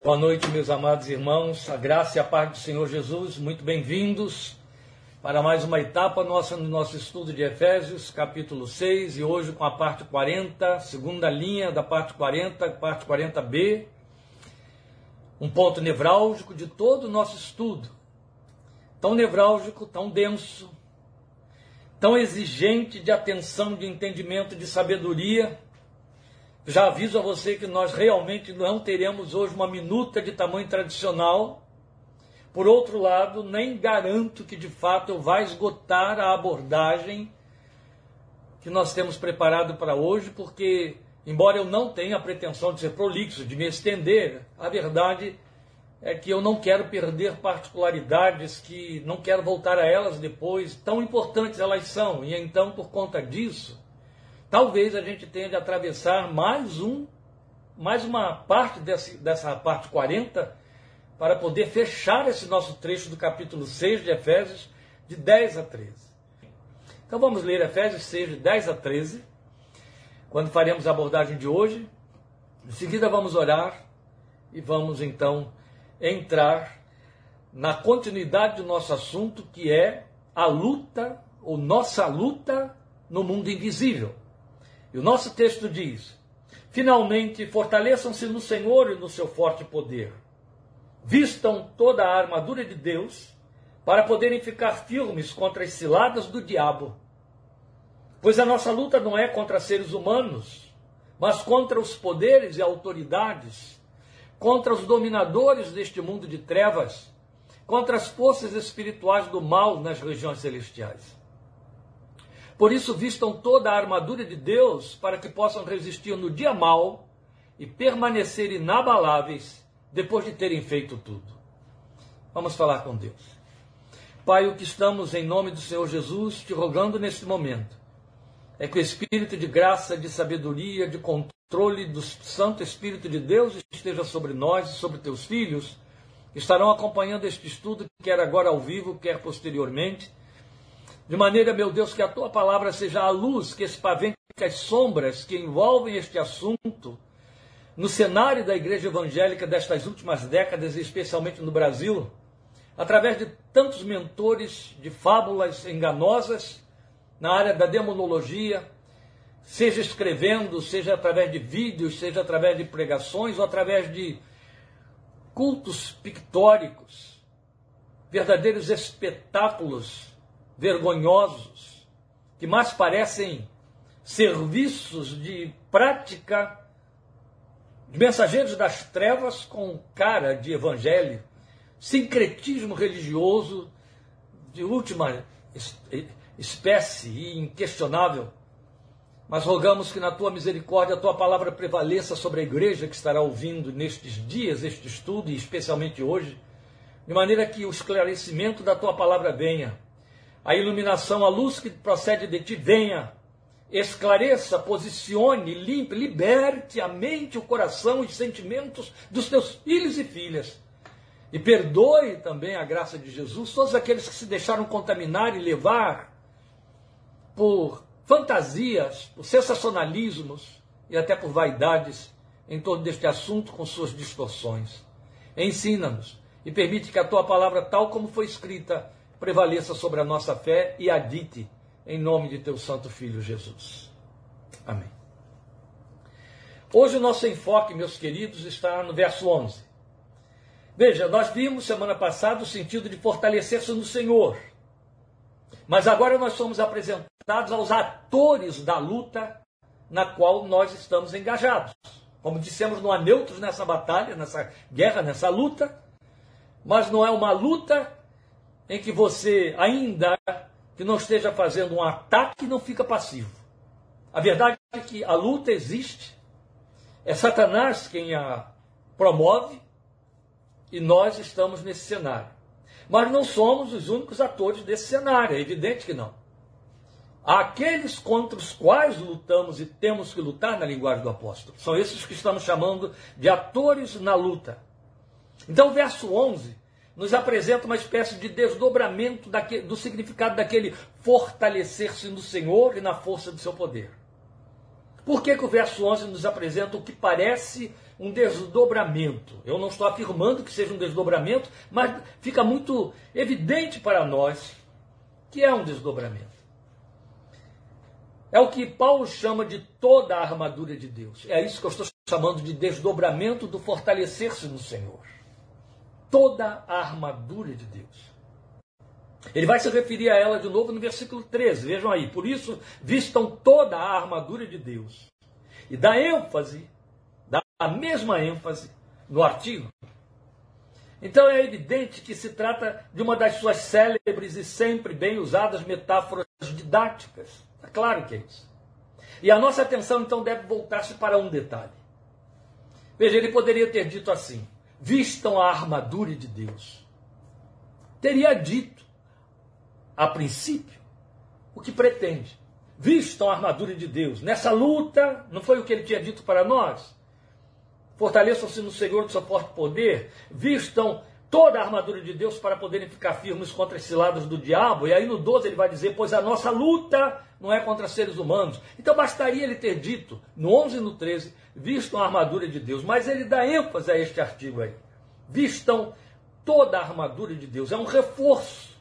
Boa noite, meus amados irmãos, a graça e a paz do Senhor Jesus, muito bem-vindos para mais uma etapa nossa no nosso estudo de Efésios, capítulo 6, e hoje com a parte 40, segunda linha da parte 40, parte 40b, um ponto nevrálgico de todo o nosso estudo, tão nevrálgico, tão denso, tão exigente de atenção, de entendimento, de sabedoria. Já aviso a você que nós realmente não teremos hoje uma minuta de tamanho tradicional. Por outro lado, nem garanto que de fato eu vá esgotar a abordagem que nós temos preparado para hoje, porque, embora eu não tenha a pretensão de ser prolixo, de me estender, a verdade é que eu não quero perder particularidades, que não quero voltar a elas depois, tão importantes elas são, e então, por conta disso, talvez a gente tenha de atravessar mais uma parte dessa parte 40 para poder fechar esse nosso trecho do capítulo 6 de Efésios, de 10 a 13. Então vamos ler Efésios 6, de 10 a 13, quando faremos a abordagem de hoje. Em seguida vamos orar e vamos então entrar na continuidade do nosso assunto, que é a luta, ou nossa luta no mundo invisível. E o nosso texto diz: finalmente, fortaleçam-se no Senhor e no seu forte poder. Vistam toda a armadura de Deus para poderem ficar firmes contra as ciladas do diabo. Pois a nossa luta não é contra seres humanos, mas contra os poderes e autoridades, contra os dominadores deste mundo de trevas, contra as forças espirituais do mal nas regiões celestiais. Por isso, vistam toda a armadura de Deus para que possam resistir no dia mau e permanecer inabaláveis depois de terem feito tudo. Vamos falar com Deus. Pai, o que estamos em nome do Senhor Jesus te rogando neste momento é que o Espírito de graça, de sabedoria, de controle do Santo Espírito de Deus esteja sobre nós e sobre teus filhos que estarão acompanhando este estudo, quer agora ao vivo, quer posteriormente. De maneira, meu Deus, que a tua palavra seja a luz que espavenca as sombras que envolvem este assunto no cenário da igreja evangélica destas últimas décadas, especialmente no Brasil, através de tantos mentores de fábulas enganosas na área da demonologia, seja escrevendo, seja através de vídeos, seja através de pregações ou através de cultos pictóricos, verdadeiros espetáculos vergonhosos, que mais parecem serviços de prática de mensageiros das trevas com cara de evangelho, sincretismo religioso de última espécie e inquestionável. Mas rogamos que na tua misericórdia a tua palavra prevaleça sobre a igreja que estará ouvindo nestes dias este estudo, e especialmente hoje, de maneira que o esclarecimento da tua palavra venha, a iluminação, a luz que procede de ti venha, esclareça, posicione, limpe, liberte a mente, o coração e os sentimentos dos teus filhos e filhas. E perdoe também a graça de Jesus todos aqueles que se deixaram contaminar e levar por fantasias, por sensacionalismos e até por vaidades em torno deste assunto com suas distorções. Ensina-nos e permite que a tua palavra, tal como foi escrita, prevaleça sobre a nossa fé e adite em nome de teu santo Filho Jesus. Amém. Hoje o nosso enfoque, meus queridos, está no verso 11. Veja, nós vimos semana passada o sentido de fortalecer-se no Senhor. Mas agora nós somos apresentados aos atores da luta na qual nós estamos engajados. Como dissemos, não há neutros nessa batalha, nessa guerra, nessa luta. Mas não é uma luta em que você, ainda que não esteja fazendo um ataque, não fica passivo. A verdade é que a luta existe, é Satanás quem a promove, e nós estamos nesse cenário. Mas não somos os únicos atores desse cenário, é evidente que não. Há aqueles contra os quais lutamos e temos que lutar, na linguagem do apóstolo. São esses que estamos chamando de atores na luta. Então o verso 11 nos apresenta uma espécie de desdobramento do significado daquele fortalecer-se no Senhor e na força do seu poder. Por que o verso 11 nos apresenta o que parece um desdobramento? Eu não estou afirmando que seja um desdobramento, mas fica muito evidente para nós que é um desdobramento. É o que Paulo chama de toda a armadura de Deus. É isso que eu estou chamando de desdobramento do fortalecer-se no Senhor. Toda a armadura de Deus. Ele vai se referir a ela de novo no versículo 13. Vejam aí. Por isso, vistam toda a armadura de Deus. E dá a mesma ênfase no artigo. Então é evidente que se trata de uma das suas célebres e sempre bem usadas metáforas didáticas. É claro que é isso. E a nossa atenção então deve voltar-se para um detalhe. Veja, ele poderia ter dito assim: vistam a armadura de Deus. Teria dito, a princípio, o que pretende. Vistam a armadura de Deus. Nessa luta, não foi o que ele tinha dito para nós? Fortaleçam-se no Senhor do seu forte poder. Vistam toda a armadura de Deus para poderem ficar firmes contra as ciladas do diabo. E aí no 12 ele vai dizer, pois a nossa luta não é contra seres humanos. Então bastaria ele ter dito, no 11 e no 13, vistam a armadura de Deus. Mas ele dá ênfase a este artigo aí. Vistam toda a armadura de Deus. É um reforço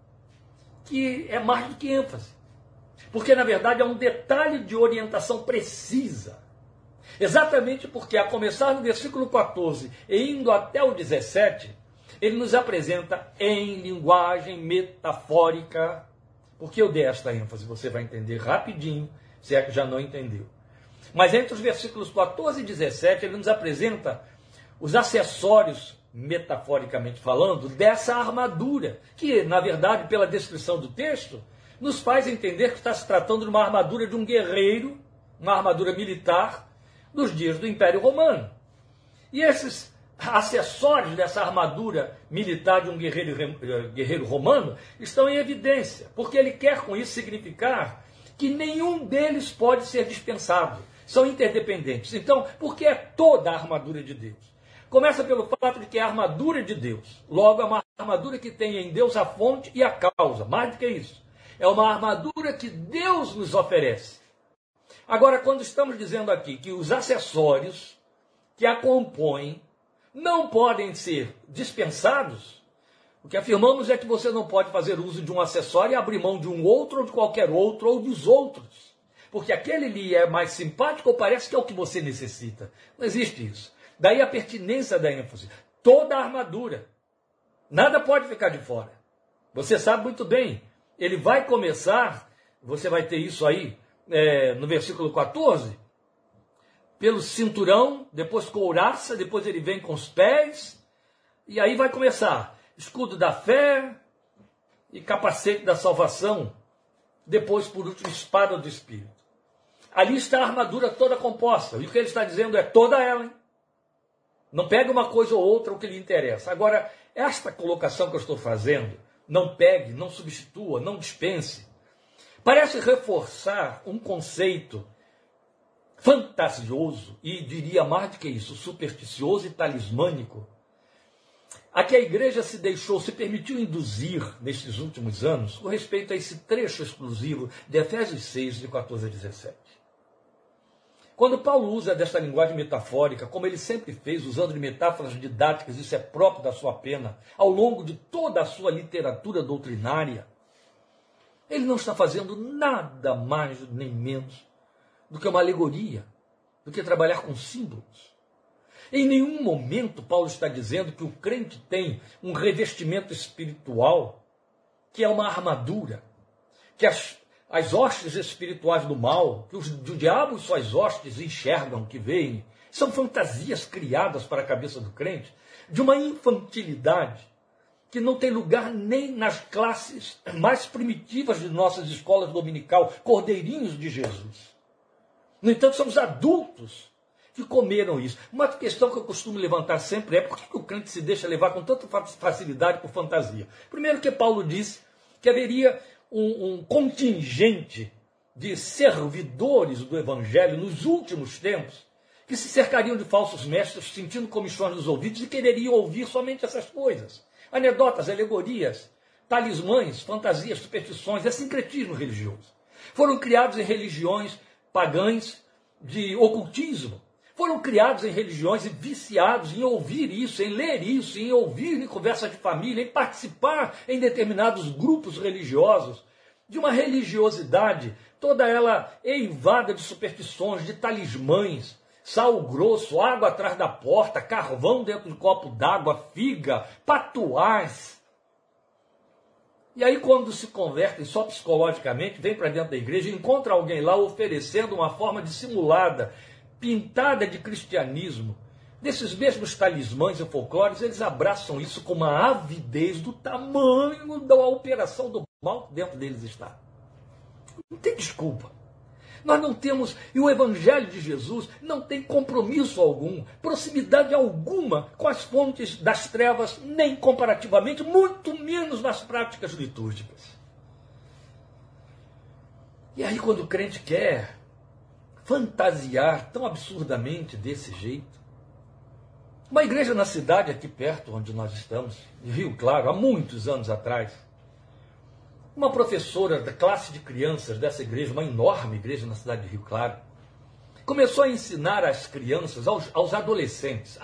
que é mais do que ênfase. Porque, na verdade, é um detalhe de orientação precisa. Exatamente porque, a começar no versículo 14 e indo até o 17, ele nos apresenta em linguagem metafórica. Por que eu dei esta ênfase? Você vai entender rapidinho, se é que já não entendeu. Mas entre os versículos 14 e 17, ele nos apresenta os acessórios, metaforicamente falando, dessa armadura, que, na verdade, pela descrição do texto, nos faz entender que está se tratando de uma armadura de um guerreiro, uma armadura militar, dos dias do Império Romano. E esses acessórios dessa armadura militar de um guerreiro romano estão em evidência, porque ele quer com isso significar que nenhum deles pode ser dispensado. São interdependentes. Então, por que é toda a armadura de Deus? Começa pelo fato de que é a armadura de Deus. Logo, é uma armadura que tem em Deus a fonte e a causa. Mais do que isso. É uma armadura que Deus nos oferece. Agora, quando estamos dizendo aqui que os acessórios que a compõem não podem ser dispensados, o que afirmamos é que você não pode fazer uso de um acessório e abrir mão de um outro, ou de qualquer outro, ou dos outros. Porque aquele lhe é mais simpático ou parece que é o que você necessita. Não existe isso. Daí a pertinência da ênfase. Toda a armadura. Nada pode ficar de fora. Você sabe muito bem. Ele vai começar, você vai ter isso aí no versículo 14, pelo cinturão, depois couraça, depois ele vem com os pés, e aí vai começar escudo da fé e capacete da salvação, depois, por último, espada do Espírito. Ali está a armadura toda composta, e o que ele está dizendo é toda ela, hein? Não pega uma coisa ou outra o que lhe interessa. Agora, esta colocação que eu estou fazendo, não pegue, não substitua, não dispense, parece reforçar um conceito fantasioso e, diria mais do que isso, supersticioso e talismânico, a que a igreja se permitiu induzir nestes últimos anos com respeito a esse trecho exclusivo de Efésios 6, de 14 a 17. Quando Paulo usa desta linguagem metafórica, como ele sempre fez, usando de metáforas didáticas, isso é próprio da sua pena, ao longo de toda a sua literatura doutrinária, ele não está fazendo nada mais nem menos do que uma alegoria, do que trabalhar com símbolos. Em nenhum momento Paulo está dizendo que o crente tem um revestimento espiritual, que é uma armadura, que as hostes espirituais do mal, que o diabo e suas hostes enxergam, que veem, são fantasias criadas para a cabeça do crente, de uma infantilidade que não tem lugar nem nas classes mais primitivas de nossas escolas dominical, cordeirinhos de Jesus. No entanto, somos adultos que comeram isso. Uma questão que eu costumo levantar sempre é por que o crente se deixa levar com tanta facilidade por fantasia? Primeiro que Paulo disse que haveria um contingente de servidores do Evangelho nos últimos tempos que se cercariam de falsos mestres, sentindo comichões nos ouvidos e quereriam ouvir somente essas coisas. Anedotas, alegorias, talismãs, fantasias, superstições, é sincretismo religioso. Foram criados em religiões pagãs de ocultismo. Foram criados em religiões e viciados em ouvir isso, em ler isso, em ouvir em conversa de família, em participar em determinados grupos religiosos, de uma religiosidade, toda ela eivada de superstições, de talismãs, sal grosso, água atrás da porta, carvão dentro de copo d'água, figa, patuás. E aí, quando se convertem só psicologicamente, vem para dentro da igreja e encontra alguém lá oferecendo uma forma dissimulada, pintada de cristianismo, desses mesmos talismãs e folclores, eles abraçam isso com uma avidez do tamanho da operação do mal que dentro deles está. Não tem desculpa. Nós não temos, e o Evangelho de Jesus não tem compromisso algum, proximidade alguma com as fontes das trevas, nem comparativamente, muito menos nas práticas litúrgicas. E aí, quando o crente quer fantasiar tão absurdamente desse jeito, uma igreja na cidade aqui perto, onde nós estamos, em Rio Claro, há muitos anos atrás, uma professora da classe de crianças dessa igreja, uma enorme igreja na cidade de Rio Claro, começou a ensinar às crianças, aos adolescentes,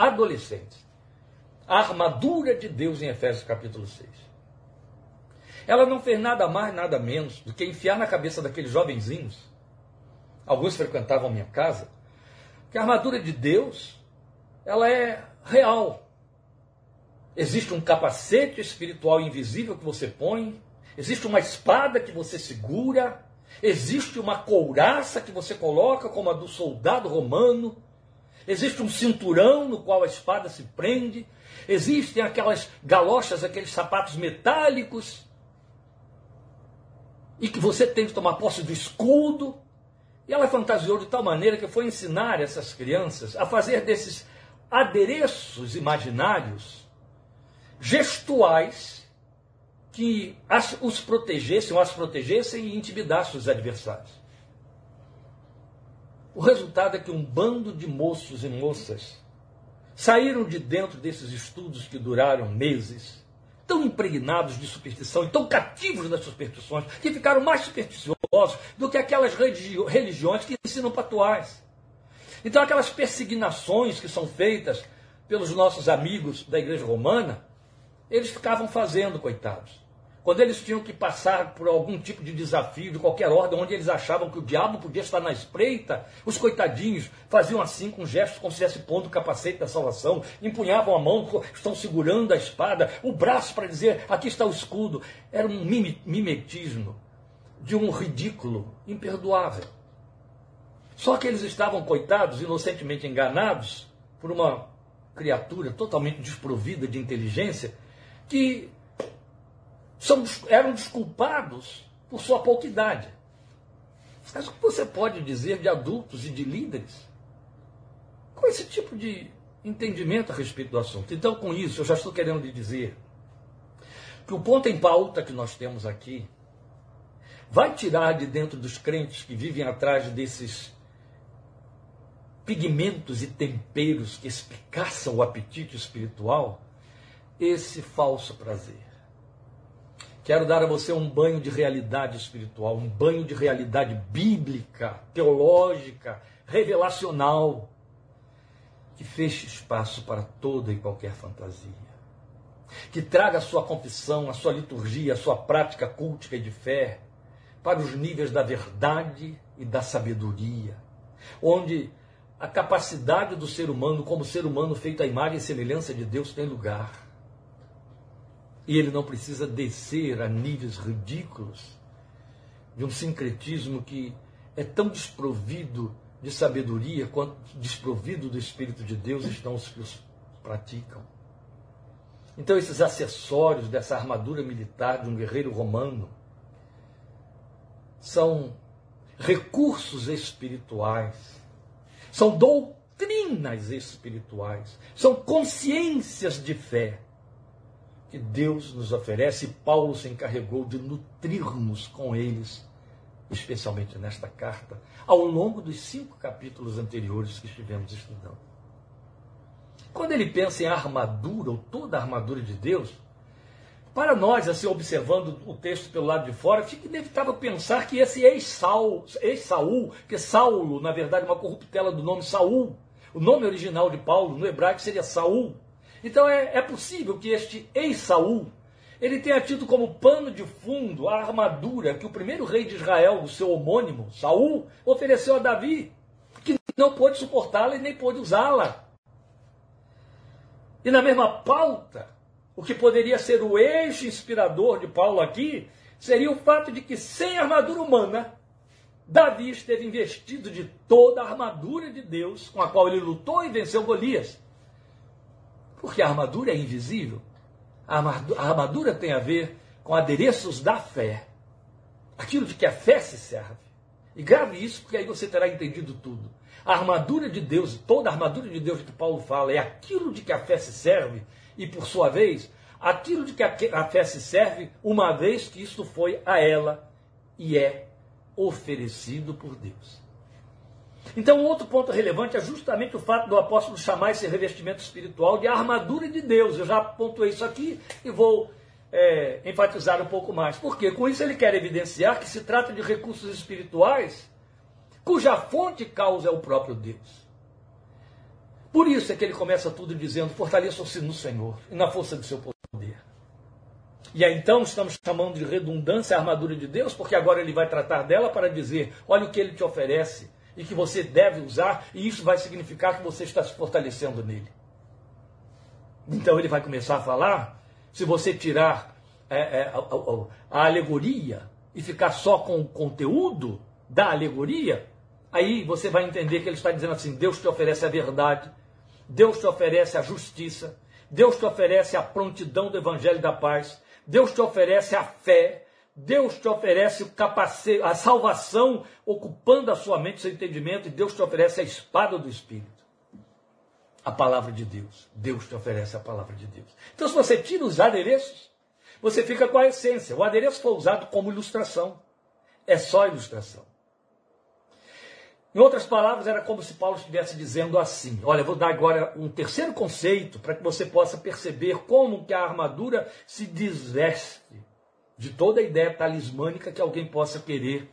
a armadura de Deus em Efésios capítulo 6. Ela não fez nada mais, nada menos do que enfiar na cabeça daqueles jovenzinhos, alguns frequentavam minha casa, que a armadura de Deus, ela é real. Existe um capacete espiritual invisível que você põe, existe uma espada que você segura, existe uma couraça que você coloca, como a do soldado romano, existe um cinturão no qual a espada se prende, existem aquelas galochas, aqueles sapatos metálicos, e que você tem que tomar posse do escudo. E ela fantasiou de tal maneira que foi ensinar essas crianças a fazer desses adereços imaginários gestuais que os protegessem, ou as protegessem e intimidassem os adversários. O resultado é que um bando de moços e moças saíram de dentro desses estudos que duraram meses, tão impregnados de superstição e tão cativos das superstições, que ficaram mais supersticiosos do que aquelas religiões que ensinam patuás. Então, aquelas persignações que são feitas pelos nossos amigos da igreja romana, eles ficavam fazendo, coitados. Quando eles tinham que passar por algum tipo de desafio, de qualquer ordem, onde eles achavam que o diabo podia estar na espreita, os coitadinhos faziam assim, com gestos como se estivesse pondo o capacete da salvação, empunhavam a mão, estão segurando a espada, o braço para dizer, aqui está o escudo. Era um mimetismo de um ridículo imperdoável. Só que eles estavam, coitados, inocentemente enganados por uma criatura totalmente desprovida de inteligência, que eram desculpados por sua pouca idade. Mas o que você pode dizer de adultos e de líderes com esse tipo de entendimento a respeito do assunto? Então, com isso, eu já estou querendo lhe dizer que o ponto em pauta que nós temos aqui vai tirar de dentro dos crentes que vivem atrás desses pigmentos e temperos que espicaçam o apetite espiritual, esse falso prazer. Quero dar a você um banho de realidade espiritual, um banho de realidade bíblica, teológica, revelacional, que feche espaço para toda e qualquer fantasia. Que traga a sua confissão, a sua liturgia, a sua prática cultica e de fé para os níveis da verdade e da sabedoria, onde a capacidade do ser humano, como ser humano feito à imagem e semelhança de Deus, tem lugar. E ele não precisa descer a níveis ridículos de um sincretismo que é tão desprovido de sabedoria quanto desprovido do Espírito de Deus estão os que os praticam. Então esses acessórios dessa armadura militar de um guerreiro romano são recursos espirituais, são doutrinas espirituais, são consciências de fé que Deus nos oferece, e Paulo se encarregou de nutrirmos com eles, especialmente nesta carta, ao longo dos 5 capítulos anteriores que estivemos estudando. Quando ele pensa em armadura, ou toda a armadura de Deus, Para nós, assim, observando o texto pelo lado de fora, fica inevitável pensar que esse ex-Saul, que Saulo, na verdade, é uma corruptela do nome Saul. O nome original de Paulo, no hebraico, seria Saul. Então é possível que este ex-Saul, ele tenha tido como pano de fundo a armadura que o primeiro rei de Israel, o seu homônimo, Saul, ofereceu a Davi, que não pôde suportá-la e nem pôde usá-la. E na mesma pauta, o que poderia ser o eixo inspirador de Paulo aqui, seria o fato de que sem armadura humana, Davi esteve investido de toda a armadura de Deus, com a qual ele lutou e venceu Golias. Porque a armadura é invisível. A armadura tem a ver com adereços da fé. Aquilo de que a fé se serve. E grave isso, porque aí você terá entendido tudo. A armadura de Deus, toda a armadura de Deus que Paulo fala, é aquilo de que a fé se serve, e por sua vez, aquilo de que a fé se serve, uma vez que isto foi a ela e é oferecido por Deus. Então, outro ponto relevante é justamente o fato do apóstolo chamar esse revestimento espiritual de armadura de Deus. Eu já pontuei isso aqui e vou enfatizar um pouco mais. Por quê? Com isso ele quer evidenciar que se trata de recursos espirituais cuja fonte e causa é o próprio Deus. Por isso é que ele começa tudo dizendo: fortaleçam-se no Senhor e na força do seu poder. E aí então estamos chamando de redundância a armadura de Deus, porque agora ele vai tratar dela para dizer: olha o que ele te oferece e que você deve usar, e isso vai significar que você está se fortalecendo nele. Então ele vai começar a falar, se você tirar a alegoria e ficar só com o conteúdo da alegoria, aí você vai entender que ele está dizendo assim: Deus te oferece a verdade, Deus te oferece a justiça, Deus te oferece a prontidão do evangelho da paz, Deus te oferece a fé, Deus te oferece o capacete, a salvação ocupando a sua mente, seu entendimento, e Deus te oferece a espada do Espírito, a palavra de Deus. Deus te oferece a palavra de Deus. Então, se você tira os adereços, você fica com a essência. O adereço foi usado como ilustração. É só ilustração. Em outras palavras, era como se Paulo estivesse dizendo assim: olha, vou dar agora um terceiro conceito para que você possa perceber como que a armadura se desveste de toda a ideia talismânica que alguém possa querer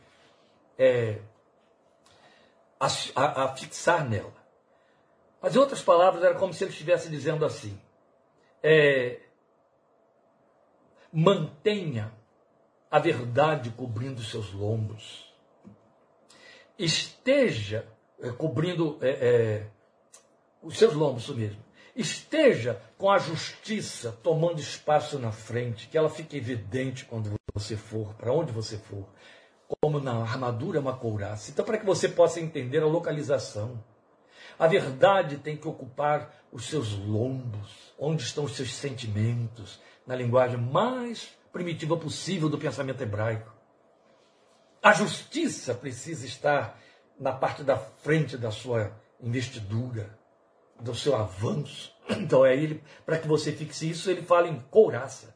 fixar nela. Mas em outras palavras, era como se ele estivesse dizendo assim: mantenha a verdade cobrindo seus lombos. Esteja cobrindo os seus lombos, isso mesmo. Esteja com a justiça tomando espaço na frente, que ela fique evidente quando você for, para onde você for, como na armadura é uma couraça. Então, para que você possa entender a localização, a verdade tem que ocupar os seus lombos, onde estão os seus sentimentos, na linguagem mais primitiva possível do pensamento hebraico. A justiça precisa estar na parte da frente da sua investidura, do seu avanço. Então para que você fixe isso, ele fala em couraça.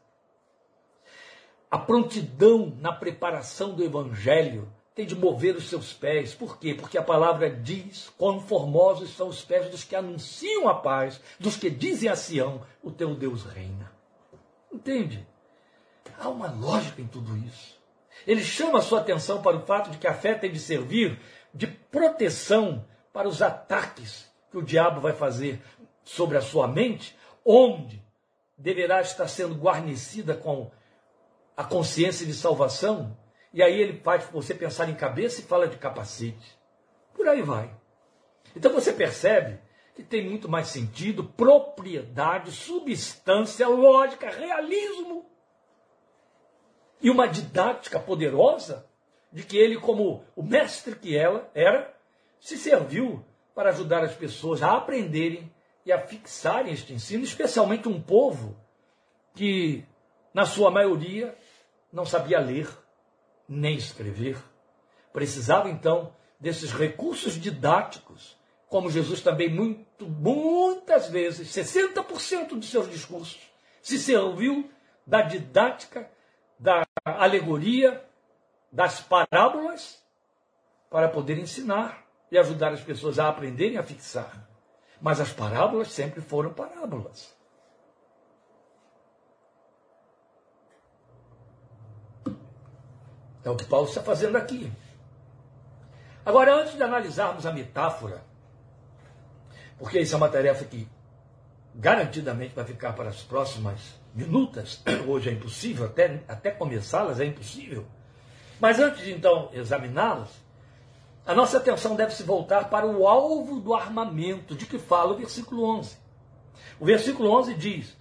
A prontidão na preparação do evangelho tem de mover os seus pés. Por quê? Porque a palavra diz: quão formosos são os pés dos que anunciam a paz, dos que dizem a Sião: o teu Deus reina. Entende? Há uma lógica em tudo isso. Ele chama a sua atenção para o fato de que a fé tem de servir de proteção para os ataques que o diabo vai fazer sobre a sua mente, onde deverá estar sendo guarnecida com a consciência de salvação. E aí ele faz você pensar em cabeça e fala de capacete. Por aí vai. Então você percebe que tem muito mais sentido, propriedade, substância, lógica, realismo. E uma didática poderosa de que ele, como o mestre que ela era, se serviu para ajudar as pessoas a aprenderem e a fixarem este ensino, especialmente um povo que, na sua maioria, não sabia ler nem escrever. Precisava, então, desses recursos didáticos, como Jesus também muitas vezes, 60% dos seus discursos, se serviu da didática, da alegoria, das parábolas, para poder ensinar e ajudar as pessoas a aprenderem a fixar. Mas as parábolas sempre foram parábolas. É o que Paulo está fazendo aqui. Agora, antes de analisarmos a metáfora, porque isso é uma tarefa que garantidamente vai ficar para as próximas minutas, hoje é impossível, até começá-las é impossível, mas antes de então examiná-las, a nossa atenção deve se voltar para o alvo do armamento, de que fala o versículo 11. O versículo 11 diz,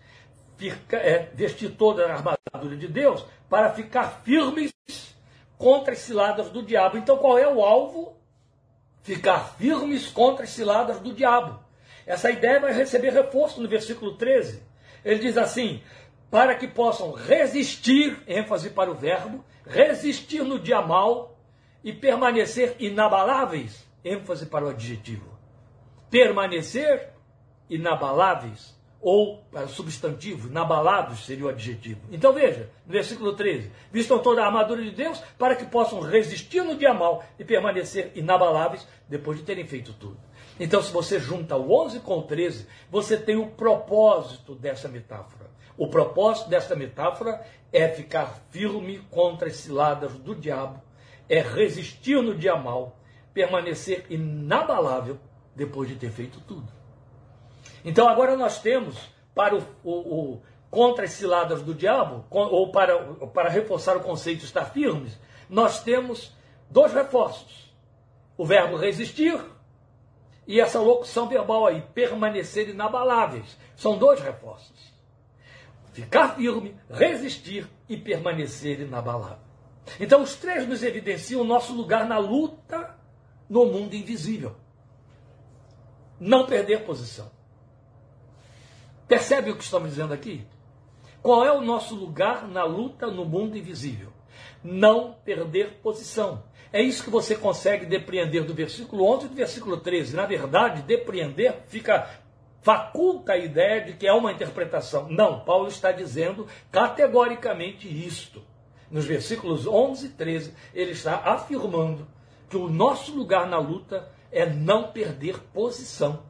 vestir toda a armadura de Deus para ficar firmes contra as ciladas do diabo. Então qual é o alvo? Ficar firmes contra as ciladas do diabo. Essa ideia vai receber reforço no versículo 13. Ele diz assim, para que possam resistir, ênfase para o verbo, resistir no dia mau e permanecer inabaláveis, ênfase para o adjetivo. Permanecer inabaláveis, ou para o substantivo, inabalados seria o adjetivo. Então veja, no versículo 13, vistam toda a armadura de Deus para que possam resistir no dia mau e permanecer inabaláveis depois de terem feito tudo. Então se você junta o 11 com o 13, você tem o propósito dessa metáfora. O propósito dessa metáfora é ficar firme contra as ciladas do diabo, é resistir no dia mau, permanecer inabalável depois de ter feito tudo. Então agora nós temos, para contra as ciladas do diabo, ou para reforçar o conceito de estar firmes, nós temos dois reforços. O verbo resistir e essa locução verbal aí, permanecer inabaláveis. São dois reforços. Ficar firme, resistir e permanecer inabalável. Então os três nos evidenciam o nosso lugar na luta no mundo invisível. Não perder posição. Percebe o que estamos dizendo aqui? Qual é o nosso lugar na luta no mundo invisível? Não perder posição. É isso que você consegue depreender do versículo 11 e do versículo 13. Na verdade, depreender faculta a ideia de que é uma interpretação. Não, Paulo está dizendo categoricamente isto. Nos versículos 11 e 13, ele está afirmando que o nosso lugar na luta é não perder posição.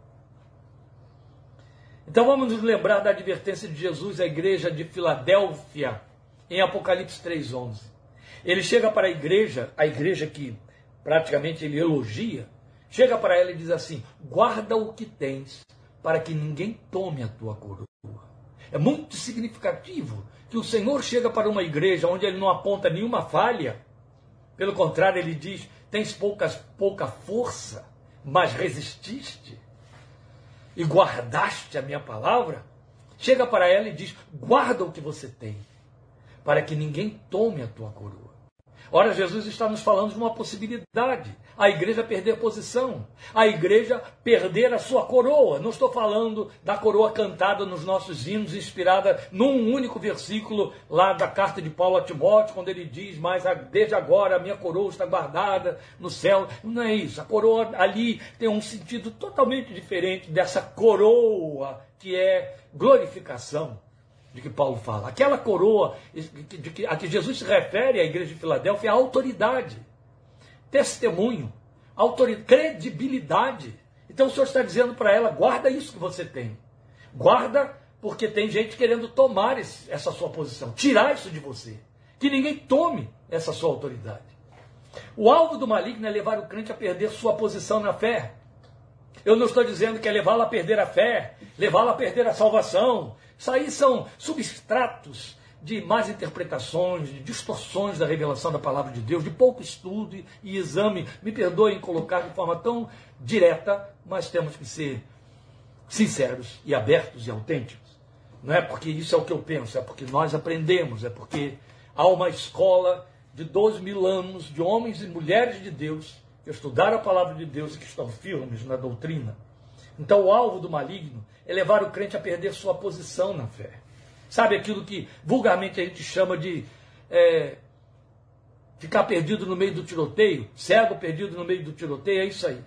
Então vamos nos lembrar da advertência de Jesus à igreja de Filadélfia, em Apocalipse 3:11. Ele chega para a igreja que praticamente ele elogia, chega para ela e diz assim, guarda o que tens, para que ninguém tome a tua coroa. É muito significativo que o Senhor chega para uma igreja onde ele não aponta nenhuma falha, pelo contrário, ele diz, tens pouca força, mas resististe e guardaste a minha palavra. Chega para ela e diz, guarda o que você tem, para que ninguém tome a tua coroa. Ora, Jesus está nos falando de uma possibilidade, a igreja perder posição, a igreja perder a sua coroa. Não estou falando da coroa cantada nos nossos hinos, inspirada num único versículo lá da carta de Paulo a Timóteo, quando ele diz, mas desde agora a minha coroa está guardada no céu. Não é isso, a coroa ali tem um sentido totalmente diferente dessa coroa que é glorificação, de que Paulo fala. Aquela coroa a que Jesus se refere à igreja de Filadélfia é a autoridade, testemunho, credibilidade. Então o Senhor está dizendo para ela, guarda isso que você tem. Guarda, porque tem gente querendo tomar essa sua posição, tirar isso de você. Que ninguém tome essa sua autoridade. O alvo do maligno é levar o crente a perder sua posição na fé. Eu não estou dizendo que é levá-lo a perder a fé, levá-lo a perder a salvação. Isso aí são substratos de más interpretações, de distorções da revelação da palavra de Deus, de pouco estudo e exame. Me perdoem colocar de forma tão direta, mas temos que ser sinceros e abertos e autênticos. Não é porque isso é o que eu penso, é porque nós aprendemos, é porque há uma escola de 12.000 anos de homens e mulheres de Deus que estudaram a palavra de Deus e que estão firmes na doutrina. Então o alvo do maligno é levar o crente a perder sua posição na fé. Sabe aquilo que vulgarmente a gente chama de ficar perdido no meio do tiroteio? Cego perdido no meio do tiroteio, é isso aí.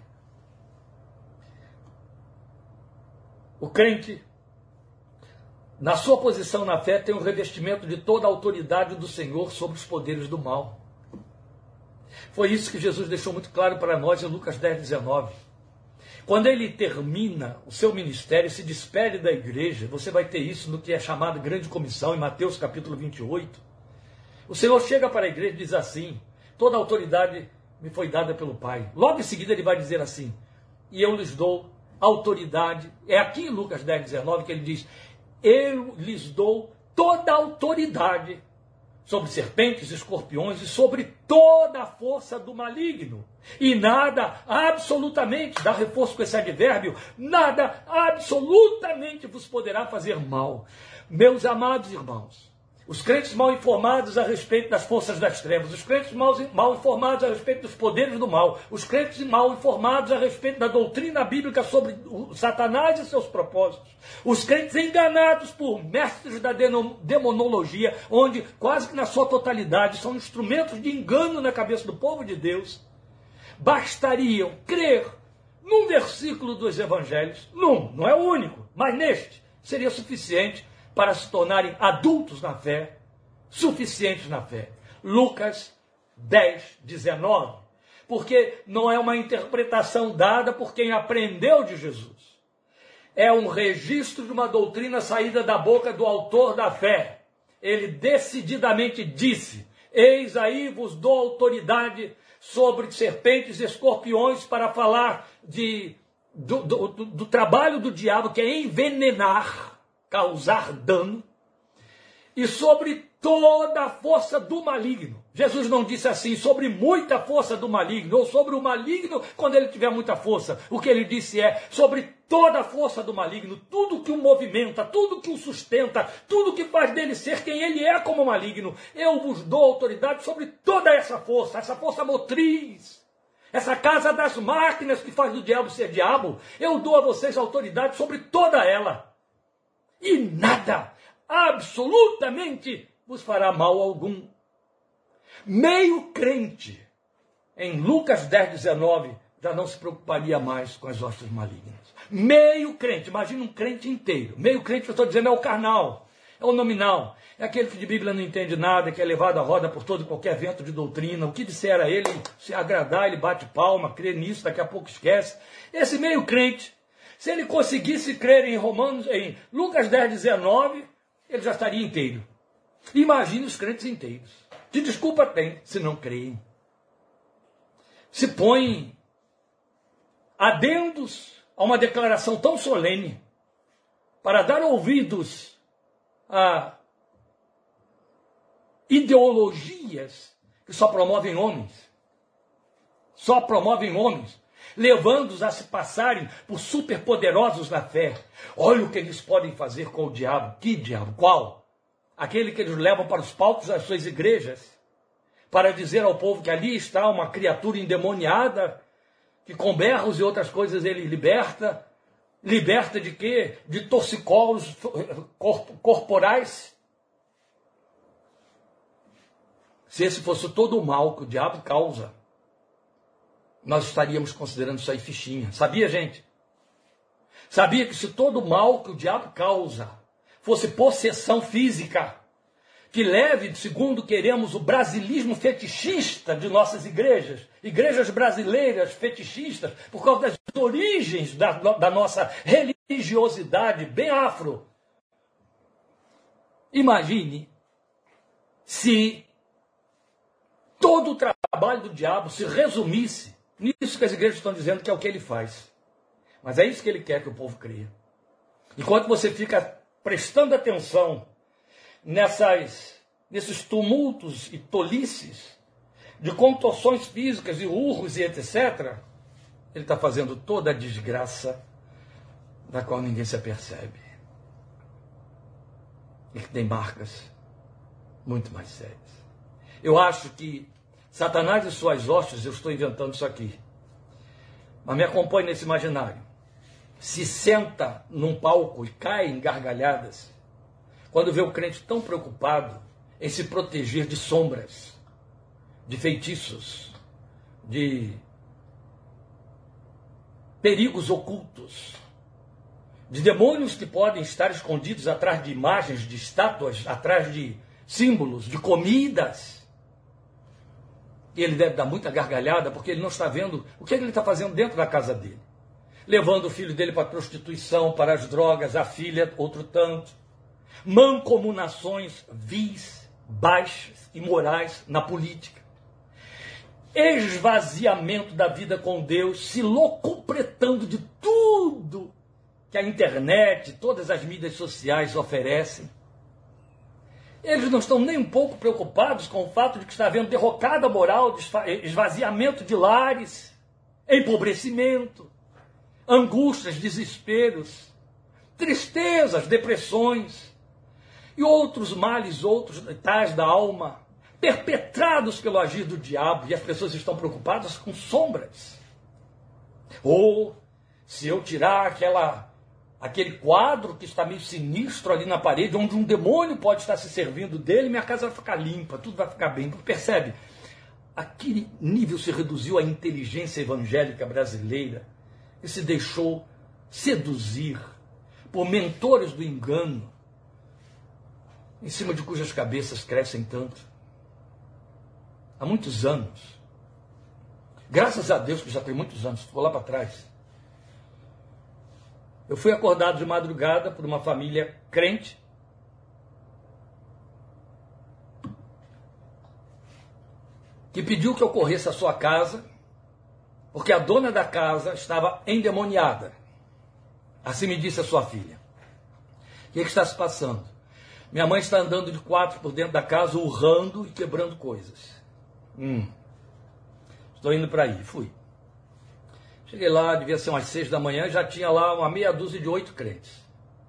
O crente, na sua posição na fé, tem um revestimento de toda a autoridade do Senhor sobre os poderes do mal. Foi isso que Jesus deixou muito claro para nós em Lucas 10:19. Quando ele termina o seu ministério, se despede da igreja, você vai ter isso no que é chamado Grande Comissão, em Mateus capítulo 28. O Senhor chega para a igreja e diz assim, toda a autoridade me foi dada pelo Pai. Logo em seguida ele vai dizer assim, e eu lhes dou autoridade. É aqui em Lucas 10, 19 que ele diz, eu lhes dou toda a autoridade sobre serpentes, escorpiões e sobre toda a força do maligno. E nada, absolutamente, dá reforço com esse advérbio, nada, absolutamente vos poderá fazer mal. Meus amados irmãos, os crentes mal informados a respeito das forças das trevas, os crentes mal informados a respeito dos poderes do mal, os crentes mal informados a respeito da doutrina bíblica sobre o Satanás e seus propósitos, os crentes enganados por mestres da demonologia, onde quase que na sua totalidade são instrumentos de engano na cabeça do povo de Deus, bastariam crer num versículo dos evangelhos, não é o único, mas neste seria suficiente para se tornarem adultos na fé, suficientes na fé. Lucas 10, 19. Porque não é uma interpretação dada por quem aprendeu de Jesus. É um registro de uma doutrina saída da boca do autor da fé. Ele decididamente disse, eis aí vos dou autoridade sobre serpentes e escorpiões para falar do trabalho do diabo, que é envenenar, causar dano, e sobre toda a força do maligno. Jesus não disse assim, sobre muita força do maligno, ou sobre o maligno quando ele tiver muita força. O que ele disse é, sobre toda a força do maligno, tudo que o movimenta, tudo que o sustenta, tudo que faz dele ser quem ele é como maligno. Eu vos dou autoridade sobre toda essa força motriz, essa casa das máquinas que faz do diabo ser diabo. Eu dou a vocês autoridade sobre toda ela. E nada, absolutamente, vos fará mal algum. Meio crente, em Lucas 10, 19, já não se preocuparia mais com as hostes malignas. Meio crente, imagina um crente inteiro. Meio crente, eu estou dizendo, é o carnal, é o nominal. É aquele que de Bíblia não entende nada, que é levado à roda por todo e qualquer vento de doutrina. O que disser a ele, se agradar, ele bate palma, crê nisso, daqui a pouco esquece. Esse meio crente, se ele conseguisse crer em Lucas 10, 19, ele já estaria inteiro. Imagine os crentes inteiros. Que desculpa tem se não creem? Se põem adendos a uma declaração tão solene para dar ouvidos a ideologias que só promovem homens. Só promovem homens, levando-os a se passarem por superpoderosos na fé. Olha o que eles podem fazer com o diabo. Que diabo? Qual? Aquele que eles levam para os palcos das suas igrejas, para dizer ao povo que ali está uma criatura endemoniada, que com berros e outras coisas ele liberta. Liberta de quê? De torcicolos corporais. Se esse fosse todo o mal que o diabo causa, nós estaríamos considerando isso aí fichinha. Sabia, gente? Sabia que se todo o mal que o diabo causa fosse possessão física, que leve, segundo queremos, o brasilismo fetichista de nossas igrejas brasileiras fetichistas, por causa das origens da nossa religiosidade bem afro. Imagine se todo o trabalho do diabo se resumisse nisso que as igrejas estão dizendo que é o que ele faz. Mas é isso que ele quer que o povo creia. Enquanto você fica prestando atenção nesses tumultos e tolices de contorções físicas e urros e etc., ele está fazendo toda a desgraça da qual ninguém se apercebe. E que tem marcas muito mais sérias. Eu acho que Satanás e suas hostes, eu estou inventando isso aqui, mas me acompanhe nesse imaginário, se senta num palco e cai em gargalhadas quando vê o crente tão preocupado em se proteger de sombras, de feitiços, de perigos ocultos, de demônios que podem estar escondidos atrás de imagens, de estátuas, atrás de símbolos, de comidas. E ele deve dar muita gargalhada, porque ele não está vendo o que ele está fazendo dentro da casa dele. Levando o filho dele para a prostituição, para as drogas, a filha, outro tanto. Mancomunações vis, baixas, imorais na política. esvaziamento da vida com Deus, se locupletando de tudo que a internet, todas as mídias sociais oferecem. Eles não estão nem um pouco preocupados com o fato de que está havendo derrocada moral, esvaziamento de lares, empobrecimento, angústias, desesperos, tristezas, depressões e outros males, outros tais da alma, perpetrados pelo agir do diabo, e as pessoas estão preocupadas com sombras. Ou se eu tirar aquele quadro que está meio sinistro ali na parede, onde um demônio pode estar se servindo dele, minha casa vai ficar limpa, tudo vai ficar bem. Percebe? A que nível se reduziu a inteligência evangélica brasileira, que se deixou seduzir por mentores do engano, em cima de cujas cabeças crescem tanto. Há muitos anos, graças a Deus que já tem muitos anos, vou lá para trás, eu fui acordado de madrugada por uma família crente, que pediu que eu corresse à sua casa, porque a dona da casa estava endemoniada. Assim me disse a sua filha. O que está se passando? Minha mãe está andando de quatro por dentro da casa, urrando e quebrando coisas. Estou indo para aí. Fui. Cheguei lá, devia ser umas 6 da manhã, já tinha lá uma meia dúzia de 8 crentes.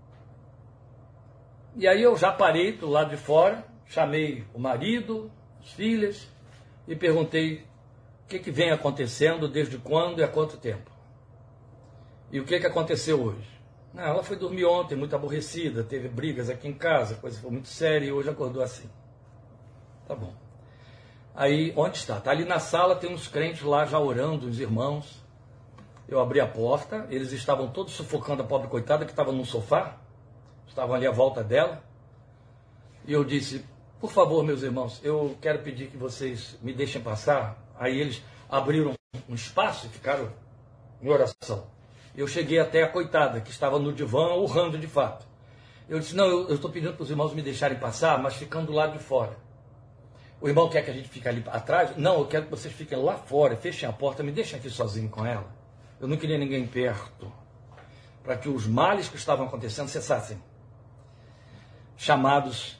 E aí eu já parei do lado de fora, chamei o marido, as filhas, e perguntei o que vem acontecendo, desde quando e há quanto tempo. E o que aconteceu hoje? Não, ela foi dormir ontem, muito aborrecida, teve brigas aqui em casa, a coisa foi muito séria, e hoje acordou assim. Tá bom. Aí, onde está? Está ali na sala, tem uns crentes lá já orando, os irmãos. Eu abri a porta, eles estavam todos sufocando a pobre coitada que estava no sofá, estavam ali à volta dela. E eu disse, por favor, meus irmãos, eu quero pedir que vocês me deixem passar. Aí eles abriram um espaço e ficaram em oração. Eu cheguei até a coitada, que estava no divã, urrando de fato. Eu disse, não, eu estou pedindo para os irmãos me deixarem passar, mas ficando do lado de fora. O irmão quer que a gente fique ali atrás? Não, eu quero que vocês fiquem lá fora, fechem a porta, me deixem aqui sozinho com ela. Eu não queria ninguém perto, para que os males que estavam acontecendo cessassem. Chamados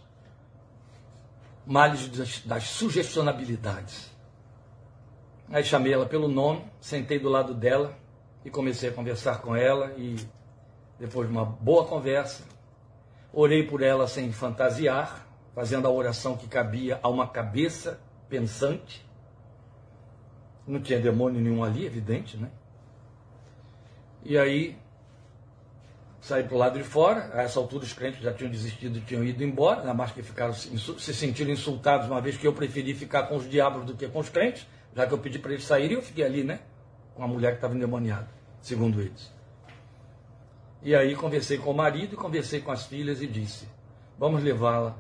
males das sugestionabilidades. Aí chamei ela pelo nome, sentei do lado dela e comecei a conversar com ela, e depois de uma boa conversa, orei por ela sem fantasiar, fazendo a oração que cabia a uma cabeça pensante. Não tinha demônio nenhum ali, evidente, né? E aí, saí para o lado de fora. A essa altura os crentes já tinham desistido e tinham ido embora, ainda mais que ficaram se sentiram insultados, uma vez que eu preferi ficar com os diabos do que com os crentes, já que eu pedi para eles saírem, eu fiquei ali, né? Com a mulher que estava endemoniada, segundo eles. E aí conversei com o marido e conversei com as filhas e disse, vamos levá-la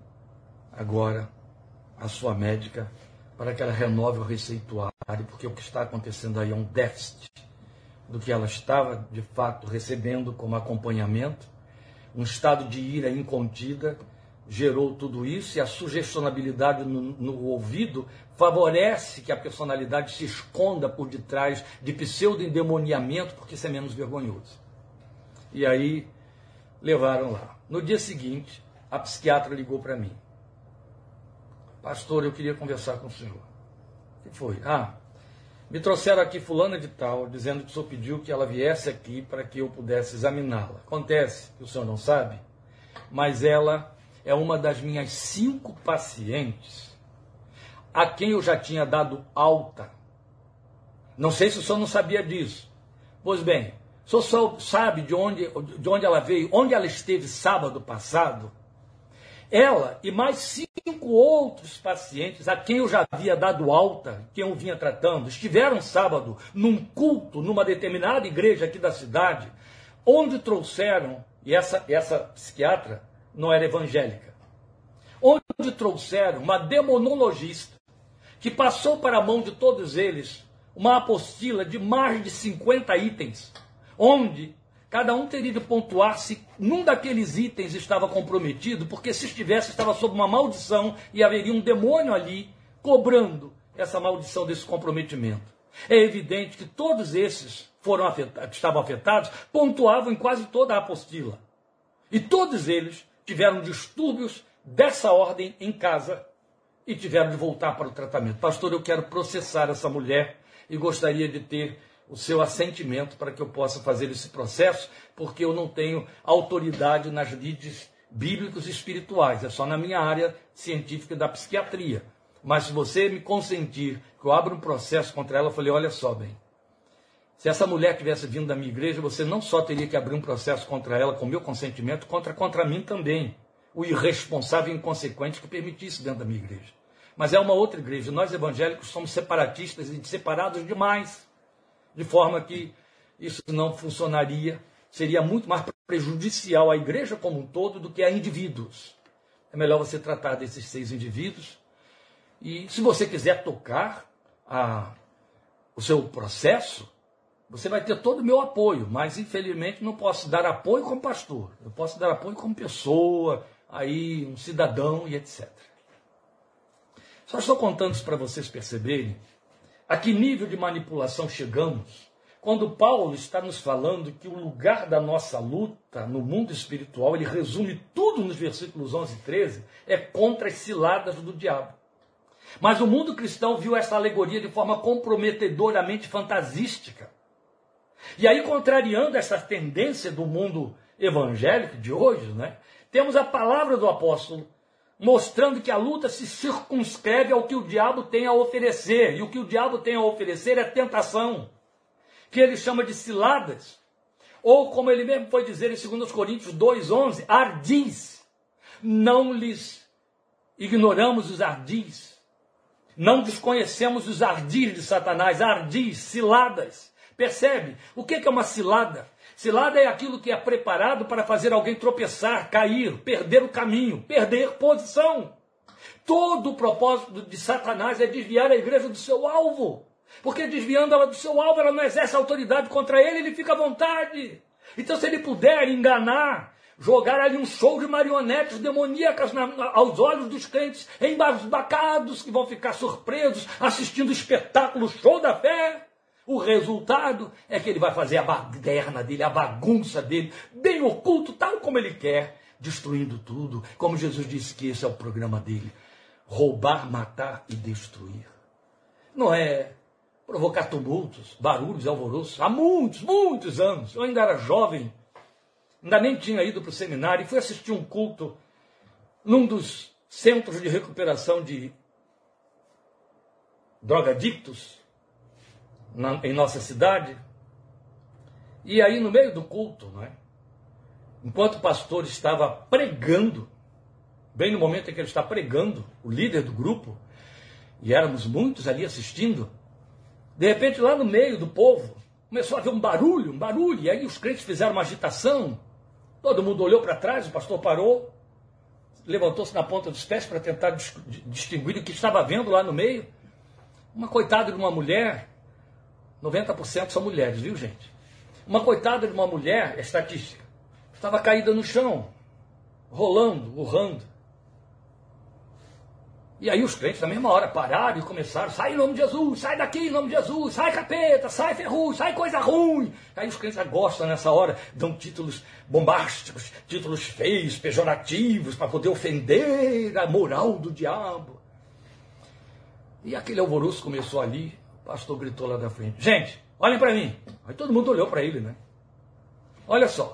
agora à sua médica para que ela renove o receituário, porque o que está acontecendo aí é um déficit do que ela estava, de fato, recebendo como acompanhamento. Um estado de ira incontida gerou tudo isso, e a sugestionabilidade no ouvido favorece que a personalidade se esconda por detrás de pseudo-endemoniamento, porque isso é menos vergonhoso. E aí levaram lá. No dia seguinte, a psiquiatra ligou para mim. Pastor, eu queria conversar com o senhor. O que foi? Me trouxeram aqui fulana de tal, dizendo que o senhor pediu que ela viesse aqui para que eu pudesse examiná-la. Acontece que o senhor não sabe, mas ela é uma das minhas 5 pacientes a quem eu já tinha dado alta. Não sei se o senhor não sabia disso. Pois bem, o senhor sabe de onde ela veio, onde ela esteve sábado passado? Ela e mais 5 outros pacientes a quem eu já havia dado alta, quem eu vinha tratando, estiveram sábado num culto, numa determinada igreja aqui da cidade, onde trouxeram, e essa psiquiatra não era evangélica, onde trouxeram uma demonologista, que passou para a mão de todos eles uma apostila de mais de 50 itens, onde cada um teria de pontuar se num daqueles itens estava comprometido, porque se estivesse, estava sob uma maldição e haveria um demônio ali cobrando essa maldição desse comprometimento. É evidente que todos esses que estavam afetados pontuavam em quase toda a apostila. E todos eles tiveram distúrbios dessa ordem em casa e tiveram de voltar para o tratamento. Pastor, eu quero processar essa mulher e gostaria de ter o seu assentimento para que eu possa fazer esse processo, porque eu não tenho autoridade nas lides bíblicos e espirituais, é só na minha área científica da psiquiatria. Mas se você me consentir que eu abra um processo contra ela, eu falei, olha só, bem, se essa mulher tivesse vindo da minha igreja, você não só teria que abrir um processo contra ela com meu consentimento, contra mim também, o irresponsável e inconsequente que permitisse dentro da minha igreja. Mas é uma outra igreja, nós evangélicos somos separatistas e separados demais, de forma que isso não funcionaria, seria muito mais prejudicial à igreja como um todo do que a indivíduos. É melhor você tratar desses 6 indivíduos. E se você quiser tocar o seu processo, você vai ter todo o meu apoio, mas infelizmente não posso dar apoio como pastor. Eu posso dar apoio como pessoa, aí um cidadão e etc. Só estou contando isso para vocês perceberem a que nível de manipulação chegamos quando Paulo está nos falando que o lugar da nossa luta no mundo espiritual, ele resume tudo nos versículos 11 e 13, é contra as ciladas do diabo. Mas o mundo cristão viu essa alegoria de forma comprometedoramente fantasística. E aí, contrariando essa tendência do mundo evangélico de hoje, né, temos a palavra do apóstolo mostrando que a luta se circunscreve ao que o diabo tem a oferecer. E o que o diabo tem a oferecer é tentação, que ele chama de ciladas. Ou, como ele mesmo foi dizer em 2 Coríntios 2,11, ardis. Não lhes ignoramos os ardis. Não desconhecemos os ardis de Satanás. Ardis, ciladas. Percebe? O que é uma cilada? Cilada é aquilo que é preparado para fazer alguém tropeçar, cair, perder o caminho, perder posição. Todo o propósito de Satanás é desviar a igreja do seu alvo. Porque desviando ela do seu alvo, ela não exerce autoridade contra ele, ele fica à vontade. Então, se ele puder enganar, jogar ali um show de marionetes demoníacas aos olhos dos crentes, embasbacados, que vão ficar surpresos assistindo o espetáculo show da fé, o resultado é que ele vai fazer a baderna dele, a bagunça dele, bem oculto, tal como ele quer, destruindo tudo, como Jesus disse que esse é o programa dele: roubar, matar e destruir. Não é provocar tumultos, barulhos, alvoroços, há muitos anos. Eu ainda era jovem, ainda nem tinha ido para o seminário, e fui assistir um culto num dos centros de recuperação de drogadictos em nossa cidade. E aí, no meio do culto, né, enquanto o pastor estava pregando, bem no momento em que ele está pregando, o líder do grupo, e éramos muitos ali assistindo, de repente, lá no meio do povo, começou a haver um barulho, e aí os crentes fizeram uma agitação, todo mundo olhou para trás, o pastor parou, levantou-se na ponta dos pés para tentar distinguir o que estava vendo lá no meio. Uma coitada de uma mulher, 90% são mulheres, viu, gente? Uma coitada de uma mulher, é estatística, estava caída no chão, rolando, urrando. E aí os crentes, na mesma hora, pararam e começaram: sai em nome de Jesus, sai daqui em nome de Jesus, sai capeta, sai ferrugem, sai coisa ruim. Aí os crentes gostam nessa hora, dão títulos bombásticos, títulos feios, pejorativos, para poder ofender a moral do diabo. E aquele alvoroço começou ali, o pastor gritou lá da frente: gente, olhem para mim. Aí todo mundo olhou para ele, né? Olha só,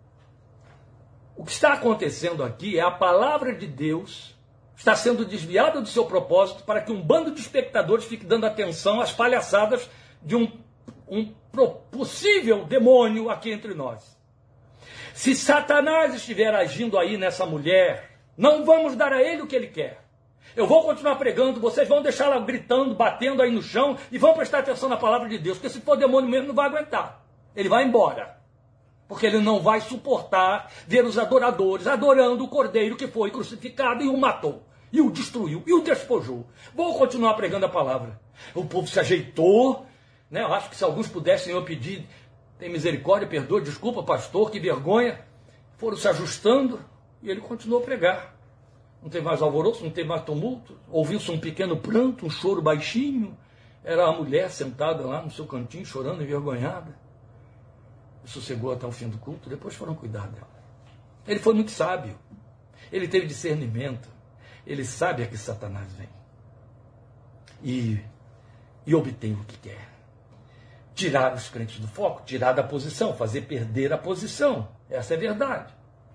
o que está acontecendo aqui é a palavra de Deus está sendo desviada do seu propósito para que um bando de espectadores fique dando atenção às palhaçadas de um possível demônio aqui entre nós. Se Satanás estiver agindo aí nessa mulher, não vamos dar a ele o que ele quer. Eu vou continuar pregando, vocês vão deixar ela gritando, batendo aí no chão e vão prestar atenção na palavra de Deus, porque se for demônio mesmo não vai aguentar. Ele vai embora. Porque ele não vai suportar ver os adoradores adorando o cordeiro que foi crucificado e o matou, e o destruiu, e o despojou. Vou continuar pregando a palavra. O povo se ajeitou, né? Eu acho que se alguns pudessem eu pedir: tem misericórdia, perdoa, desculpa, pastor, que vergonha. Foram se ajustando e ele continuou a pregar. Não tem mais alvoroço, não tem mais tumulto. Ouviu-se um pequeno pranto, um choro baixinho. Era a mulher sentada lá no seu cantinho, chorando, envergonhada. E sossegou até o fim do culto, depois foram cuidar dela. Ele foi muito sábio. Ele teve discernimento. Ele sabe a que Satanás vem. E obtém o que quer. Tirar os crentes do foco, tirar da posição, fazer perder a posição. Essa é a verdade.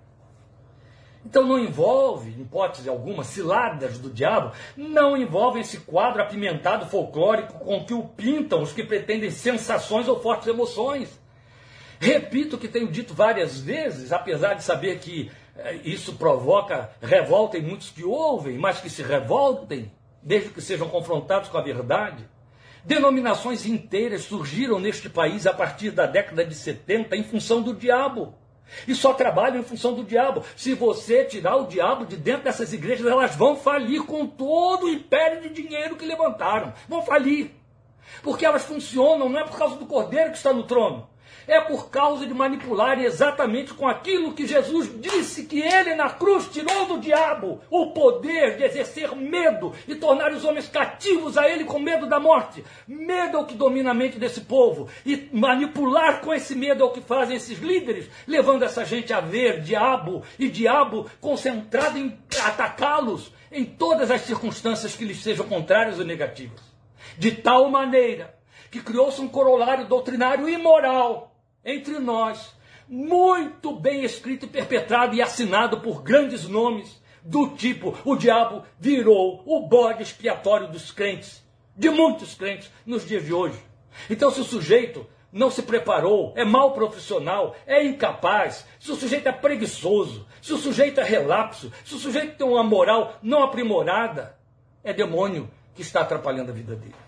Então não envolve, em hipótese alguma, ciladas do diabo, não envolve esse quadro apimentado folclórico com que o pintam os que pretendem sensações ou fortes emoções. Repito o que tenho dito várias vezes, apesar de saber que isso provoca revolta em muitos que ouvem, mas que se revoltem, desde que sejam confrontados com a verdade. Denominações inteiras surgiram neste país a partir da década de 70 em função do diabo. E só trabalham em função do diabo. Se você tirar o diabo de dentro dessas igrejas, elas vão falir com todo o império de dinheiro que levantaram. Vão falir. Porque elas funcionam, não é por causa do cordeiro que está no trono. É por causa de manipularem exatamente com aquilo que Jesus disse que ele na cruz tirou do diabo o poder de exercer medo e tornar os homens cativos a ele com medo da morte. Medo é o que domina a mente desse povo. E manipular com esse medo é o que fazem esses líderes, levando essa gente a ver diabo e diabo concentrado em atacá-los em todas as circunstâncias que lhes sejam contrárias ou negativas. De tal maneira que criou-se um corolário doutrinário imoral entre nós, muito bem escrito e perpetrado e assinado por grandes nomes, do tipo, o diabo virou o bode expiatório dos crentes, de muitos crentes nos dias de hoje. Então, se o sujeito não se preparou, é mau profissional, é incapaz, se o sujeito é preguiçoso, se o sujeito é relapso, se o sujeito tem uma moral não aprimorada, é demônio que está atrapalhando a vida dele.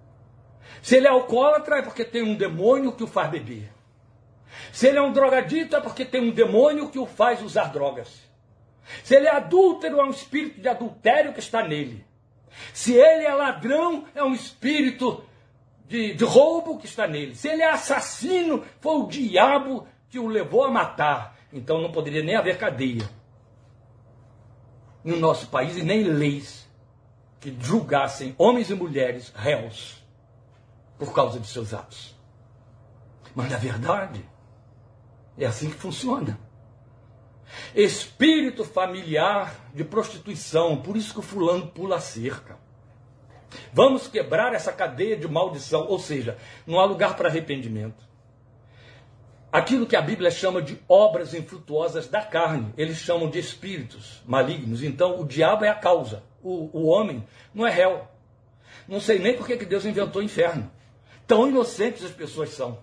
Se ele é alcoólatra, é porque tem um demônio que o faz beber. Se ele é um drogadito, é porque tem um demônio que o faz usar drogas. Se ele é adúltero, é um espírito de adultério que está nele. Se ele é ladrão, é um espírito de roubo que está nele. Se ele é assassino, foi o diabo que o levou a matar. Então não poderia nem haver cadeia no nosso país e nem leis que julgassem homens e mulheres réus por causa de seus atos. Mas na verdade, é assim que funciona. Espírito familiar de prostituição, por isso que o fulano pula a cerca. Vamos quebrar essa cadeia de maldição, ou seja, não há lugar para arrependimento. Aquilo que a Bíblia chama de obras infrutuosas da carne, eles chamam de espíritos malignos. Então o diabo é a causa, o homem não é réu. Não sei nem por que Deus inventou o inferno. Tão inocentes as pessoas são.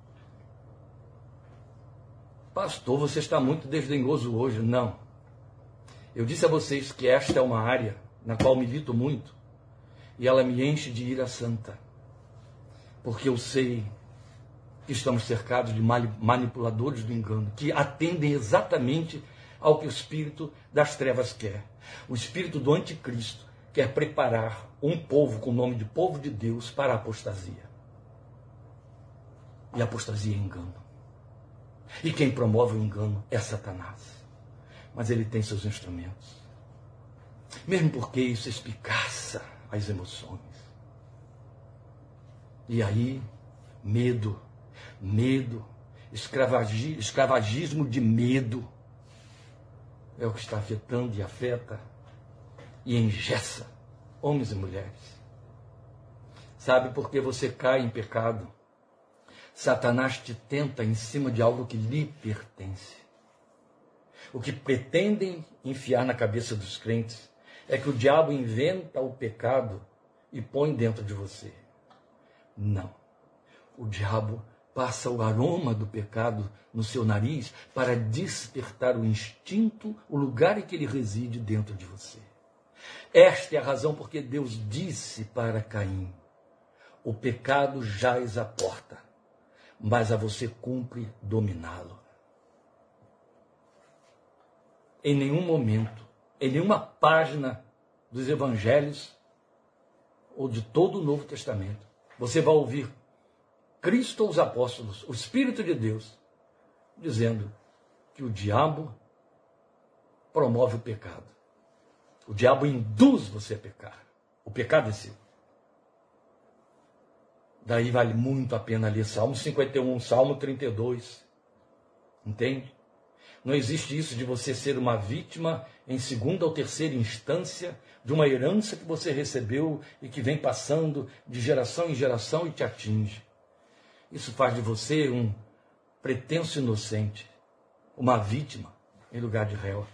Pastor, você está muito desdenhoso hoje. Não. Eu disse a vocês que esta é uma área na qual milito muito e ela me enche de ira santa. Porque eu sei que estamos cercados de manipuladores do engano, que atendem exatamente ao que o espírito das trevas quer. O espírito do anticristo quer preparar um povo com o nome de povo de Deus para a apostasia. E a apostasia é engano. E quem promove o engano é Satanás. Mas ele tem seus instrumentos. Mesmo porque isso espicaça as emoções. E aí, medo, escravagismo de medo é o que está afetando e afeta e engessa homens e mulheres. Sabe por que você cai em pecado? Satanás te tenta em cima de algo que lhe pertence. O que pretendem enfiar na cabeça dos crentes é que o diabo inventa o pecado e põe dentro de você. Não. O diabo passa o aroma do pecado no seu nariz para despertar o instinto, o lugar em que ele reside dentro de você. Esta é a razão porque Deus disse para Caim: o pecado jaz à porta, mas a você cumpre dominá-lo. Em nenhum momento, em nenhuma página dos evangelhos ou de todo o Novo Testamento, você vai ouvir Cristo ou os apóstolos, o Espírito de Deus, dizendo que o diabo promove o pecado. O diabo induz você a pecar. O pecado é seu. Daí vale muito a pena ler Salmo 51, Salmo 32. Entende? Não existe isso de você ser uma vítima em segunda ou terceira instância de uma herança que você recebeu e que vem passando de geração em geração e te atinge. Isso faz de você um pretenso inocente, uma vítima em lugar de réu.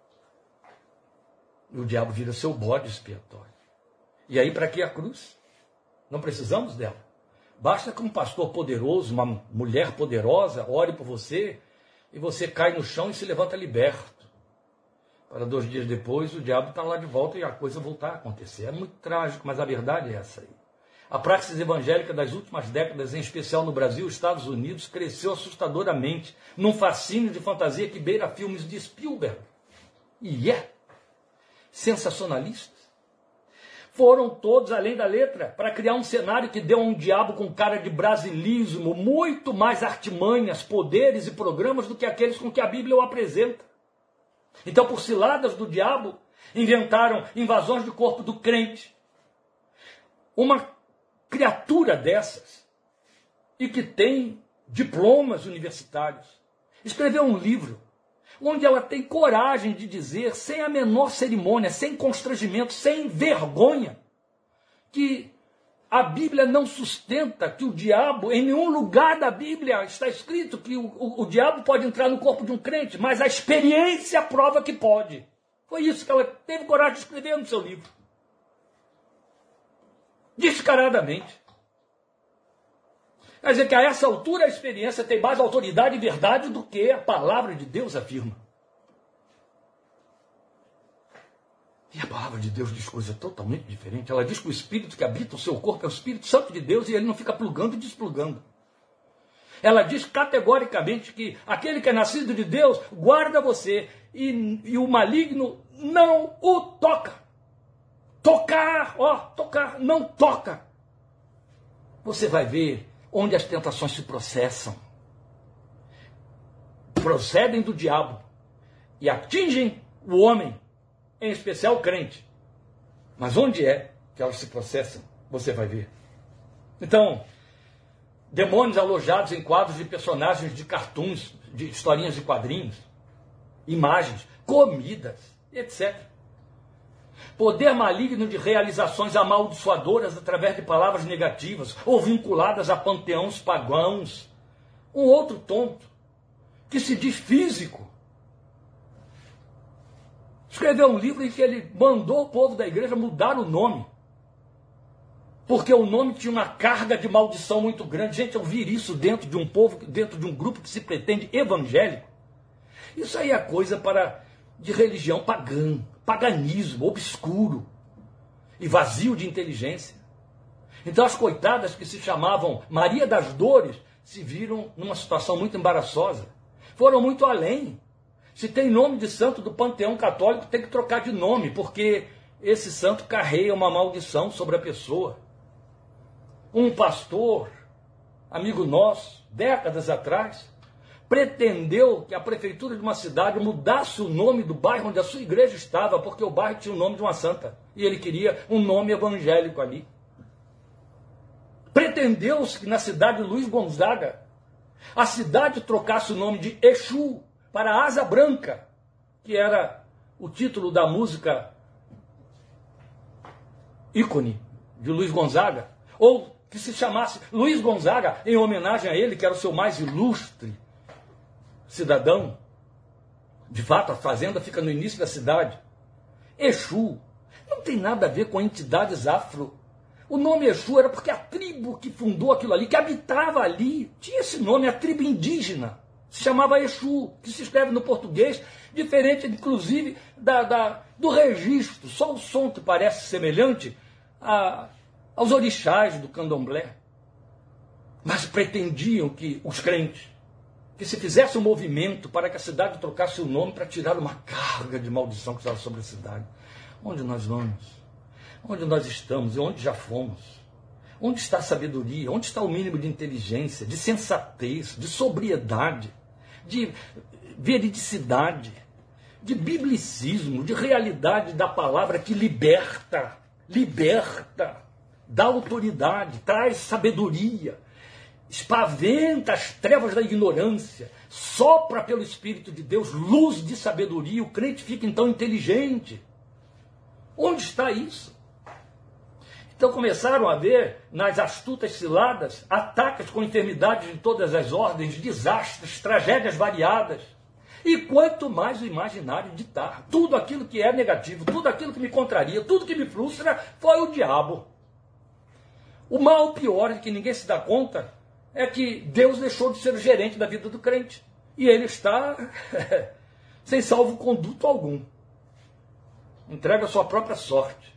E o diabo vira seu bode expiatório. E aí, para que a cruz? Não precisamos dela. Basta que um pastor poderoso, uma mulher poderosa, ore por você e você cai no chão e se levanta liberto. Para 2 dias depois, o diabo está lá de volta e a coisa voltar a acontecer. É muito trágico, mas a verdade é essa aí. A praxis evangélica das últimas décadas, em especial no Brasil e Estados Unidos, cresceu assustadoramente num fascínio de fantasia que beira filmes de Spielberg. E sensacionalistas. Foram todos além da letra para criar um cenário que deu a um diabo com cara de brasilismo, muito mais artimanhas, poderes e programas do que aqueles com que a Bíblia o apresenta. Então, por ciladas do diabo, inventaram invasões de corpo do crente. Uma criatura dessas, e que tem diplomas universitários, escreveu um livro onde ela tem coragem de dizer, sem a menor cerimônia, sem constrangimento, sem vergonha, que a Bíblia não sustenta que o diabo, em nenhum lugar da Bíblia está escrito que o diabo pode entrar no corpo de um crente, mas a experiência prova que pode. Foi isso que ela teve coragem de escrever no seu livro. Descaradamente. Quer dizer que a essa altura a experiência tem mais autoridade e verdade do que a palavra de Deus afirma. E a palavra de Deus diz coisa totalmente diferente. Ela diz que o Espírito que habita o seu corpo é o Espírito Santo de Deus e ele não fica plugando e desplugando. Ela diz categoricamente que aquele que é nascido de Deus guarda você e o maligno não o toca. Tocar, tocar, não toca. Você vai ver onde as tentações se processam. Procedem do diabo e atingem o homem, em especial o crente. Mas onde é que elas se processam? Você vai ver. Então, demônios alojados em quadros de personagens de cartoons, de historinhas de quadrinhos, imagens, comidas, etc. Poder maligno de realizações amaldiçoadoras através de palavras negativas ou vinculadas a panteões pagãos. Um outro tonto, que se diz físico, escreveu um livro em que ele mandou o povo da igreja mudar o nome. Porque o nome tinha uma carga de maldição muito grande. Gente, ouvir isso dentro de um povo, dentro de um grupo que se pretende evangélico, isso aí é coisa de religião pagã, paganismo, obscuro e vazio de inteligência. Então as coitadas que se chamavam Maria das Dores se viram numa situação muito embaraçosa. Foram muito além. Se tem nome de santo do panteão católico, tem que trocar de nome, porque esse santo carrega uma maldição sobre a pessoa. Um pastor, amigo nosso, décadas atrás, pretendeu que a prefeitura de uma cidade mudasse o nome do bairro onde a sua igreja estava, porque o bairro tinha o nome de uma santa. E ele queria um nome evangélico ali. Pretendeu-se que na cidade de Luiz Gonzaga, a cidade trocasse o nome de Exu para Asa Branca, que era o título da música ícone de Luiz Gonzaga, ou que se chamasse Luiz Gonzaga em homenagem a ele, que era o seu mais ilustre cidadão. De fato, a fazenda fica no início da cidade. Exu não tem nada a ver com entidades afro. O nome Exu era porque a tribo que fundou aquilo ali, que habitava ali, tinha esse nome, a tribo indígena. Se chamava Exu, que se escreve no português, diferente, inclusive, do registro. Só o som que parece semelhante aos orixás do candomblé. Mas pretendiam que os crentes, que se fizesse um movimento para que a cidade trocasse o nome para tirar uma carga de maldição que estava sobre a cidade. Onde nós vamos? Onde nós estamos e onde já fomos? Onde está a sabedoria? Onde está o mínimo de inteligência, de sensatez, de sobriedade, de veridicidade? de biblicismo, de realidade da palavra que liberta, dá autoridade, traz sabedoria, espaventa as trevas da ignorância, sopra pelo Espírito de Deus luz de sabedoria, o crente fica então inteligente. Onde está isso? Então começaram a ver nas astutas ciladas ataques com enfermidades de todas as ordens, desastres, tragédias variadas. E quanto mais o imaginário ditar, tudo aquilo que é negativo, tudo aquilo que me contraria, tudo que me frustra, foi o diabo. O mal pior, de que ninguém se dá conta, é que Deus deixou de ser o gerente da vida do crente. E ele está sem salvo-conduto algum. Entrega a sua própria sorte.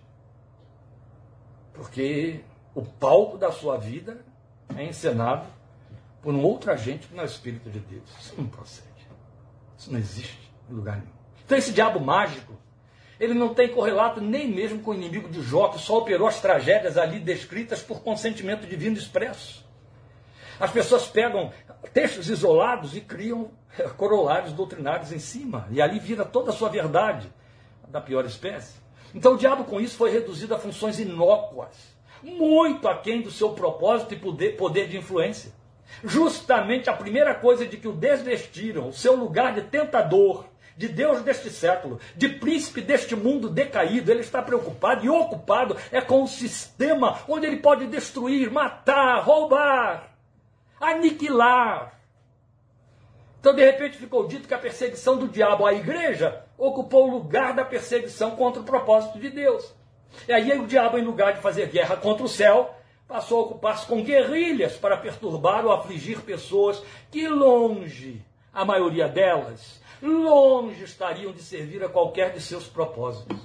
Porque o palco da sua vida é encenado por um outro agente que não é o Espírito de Deus. Isso não procede. Isso não existe em lugar nenhum. Então esse diabo mágico, ele não tem correlato nem mesmo com o inimigo de Jó, que só operou as tragédias ali descritas por consentimento divino expresso. As pessoas pegam textos isolados e criam corolários doutrinários em cima, e ali vira toda a sua verdade da pior espécie. Então o diabo com isso foi reduzido a funções inócuas, muito aquém do seu propósito e poder de influência. Justamente a primeira coisa de que o desvestiram, o seu lugar de tentador, de Deus deste século, de príncipe deste mundo decaído, ele está preocupado e ocupado é com o sistema onde ele pode destruir, matar, roubar, aniquilar. Então de repente ficou dito que a perseguição do diabo à igreja ocupou o lugar da perseguição contra o propósito de Deus. E aí o diabo, em lugar de fazer guerra contra o céu, passou a ocupar-se com guerrilhas para perturbar ou afligir pessoas que longe, a maioria delas, longe estariam de servir a qualquer de seus propósitos.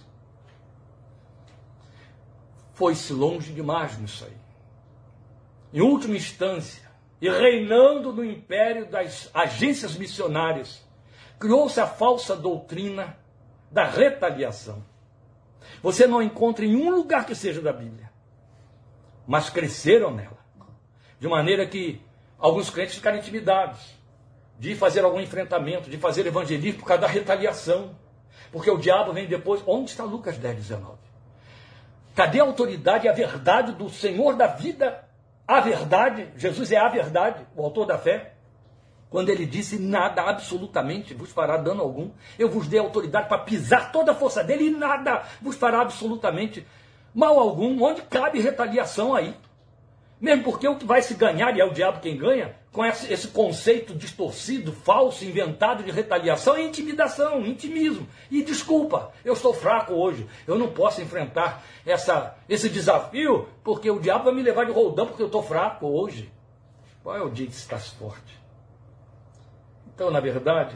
Foi-se longe demais nisso aí. Em última instância, e reinando no império das agências missionárias, criou-se a falsa doutrina da retaliação. Você não encontra em um lugar que seja da Bíblia, mas cresceram nela, de maneira que alguns crentes ficaram intimidados de fazer algum enfrentamento, de fazer evangelismo por causa da retaliação, porque o diabo vem depois. Onde está Lucas 10:19? Cadê a autoridade e a verdade do Senhor da vida? A verdade, Jesus é a verdade, o autor da fé, quando ele disse: nada absolutamente vos fará dano algum, eu vos dei autoridade para pisar toda a força dele e nada vos fará absolutamente mal algum. Onde cabe retaliação aí? Mesmo porque o que vai se ganhar, e é o diabo quem ganha, com esse conceito distorcido, falso, inventado de retaliação, é intimidação, intimismo. E desculpa, eu estou fraco hoje, eu não posso enfrentar esse desafio, porque o diabo vai me levar de roldão porque eu estou fraco hoje. Qual é o dia que você está forte? Então, na verdade,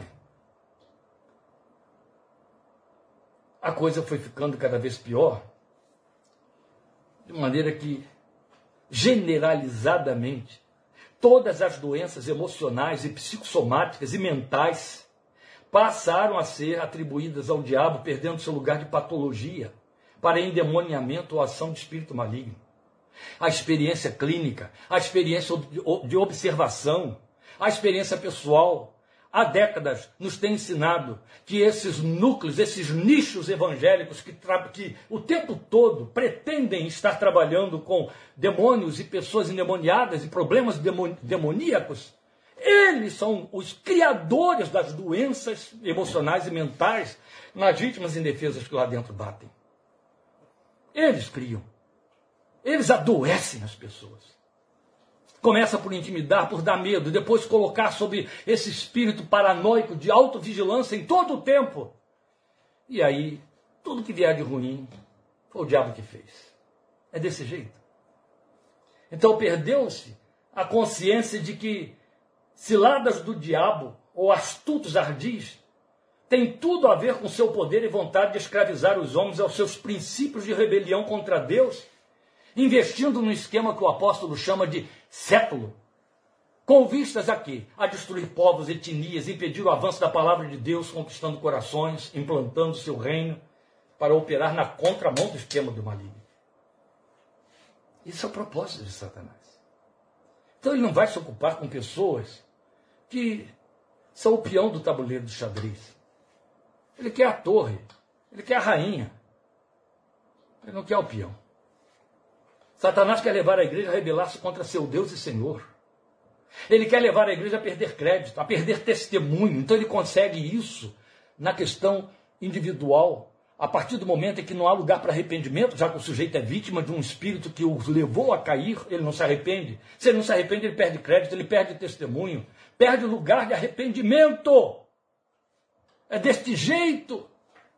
a coisa foi ficando cada vez pior, de maneira que, generalizadamente, todas as doenças emocionais e psicossomáticas e mentais passaram a ser atribuídas ao diabo, perdendo seu lugar de patologia para endemoniamento ou ação de espírito maligno. A experiência clínica, a experiência de observação, a experiência pessoal, há décadas nos tem ensinado que esses núcleos, esses nichos evangélicos que o tempo todo pretendem estar trabalhando com demônios e pessoas endemoniadas e problemas demoníacos, eles são os criadores das doenças emocionais e mentais nas vítimas indefesas que lá dentro batem. Eles criam. Eles adoecem as pessoas. Começa por intimidar, por dar medo, depois colocar sob esse espírito paranoico de autovigilância em todo o tempo. E aí, tudo que vier de ruim, foi o diabo que fez. É desse jeito. Então perdeu-se a consciência de que ciladas do diabo, ou astutos ardis, tem tudo a ver com seu poder e vontade de escravizar os homens aos seus princípios de rebelião contra Deus, investindo num esquema que o apóstolo chama de século, com vistas a quê? A destruir povos, etnias, impedir o avanço da palavra de Deus, conquistando corações, implantando seu reino, para operar na contramão do esquema do maligno. Isso é o propósito de Satanás. Então ele não vai se ocupar com pessoas que são o peão do tabuleiro de xadrez. Ele quer a torre, ele quer a rainha, ele não quer o peão. Satanás quer levar a igreja a rebelar-se contra seu Deus e Senhor. Ele quer levar a igreja a perder crédito, a perder testemunho. Então ele consegue isso na questão individual, a partir do momento em que não há lugar para arrependimento, já que o sujeito é vítima de um espírito que o levou a cair, ele não se arrepende. Se ele não se arrepende, ele perde crédito, ele perde testemunho, perde lugar de arrependimento. É deste jeito.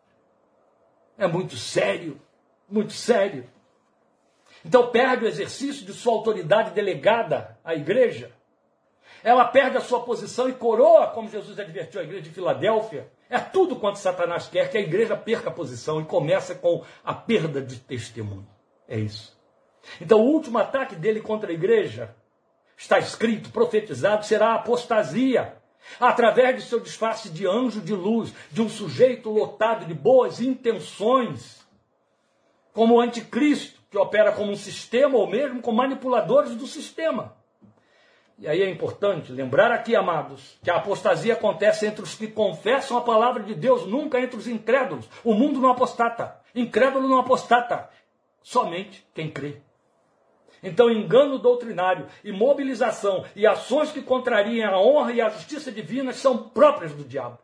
É muito sério, muito sério. Então perde o exercício de sua autoridade delegada à igreja. Ela perde a sua posição e coroa, como Jesus advertiu a igreja de Filadélfia. É tudo quanto Satanás quer, que a igreja perca a posição, e começa com a perda de testemunho. É isso. Então o último ataque dele contra a igreja, está escrito, profetizado, será a apostasia, através de seu disfarce de anjo de luz, de um sujeito lotado de boas intenções, como o anticristo, que opera como um sistema, ou mesmo como manipuladores do sistema. E aí é importante lembrar aqui, amados, que a apostasia acontece entre os que confessam a palavra de Deus, nunca entre os incrédulos. O mundo não apostata, incrédulo não apostata, somente quem crê. Então, engano doutrinário, imobilização e ações que contrariem a honra e a justiça divinas são próprias do diabo.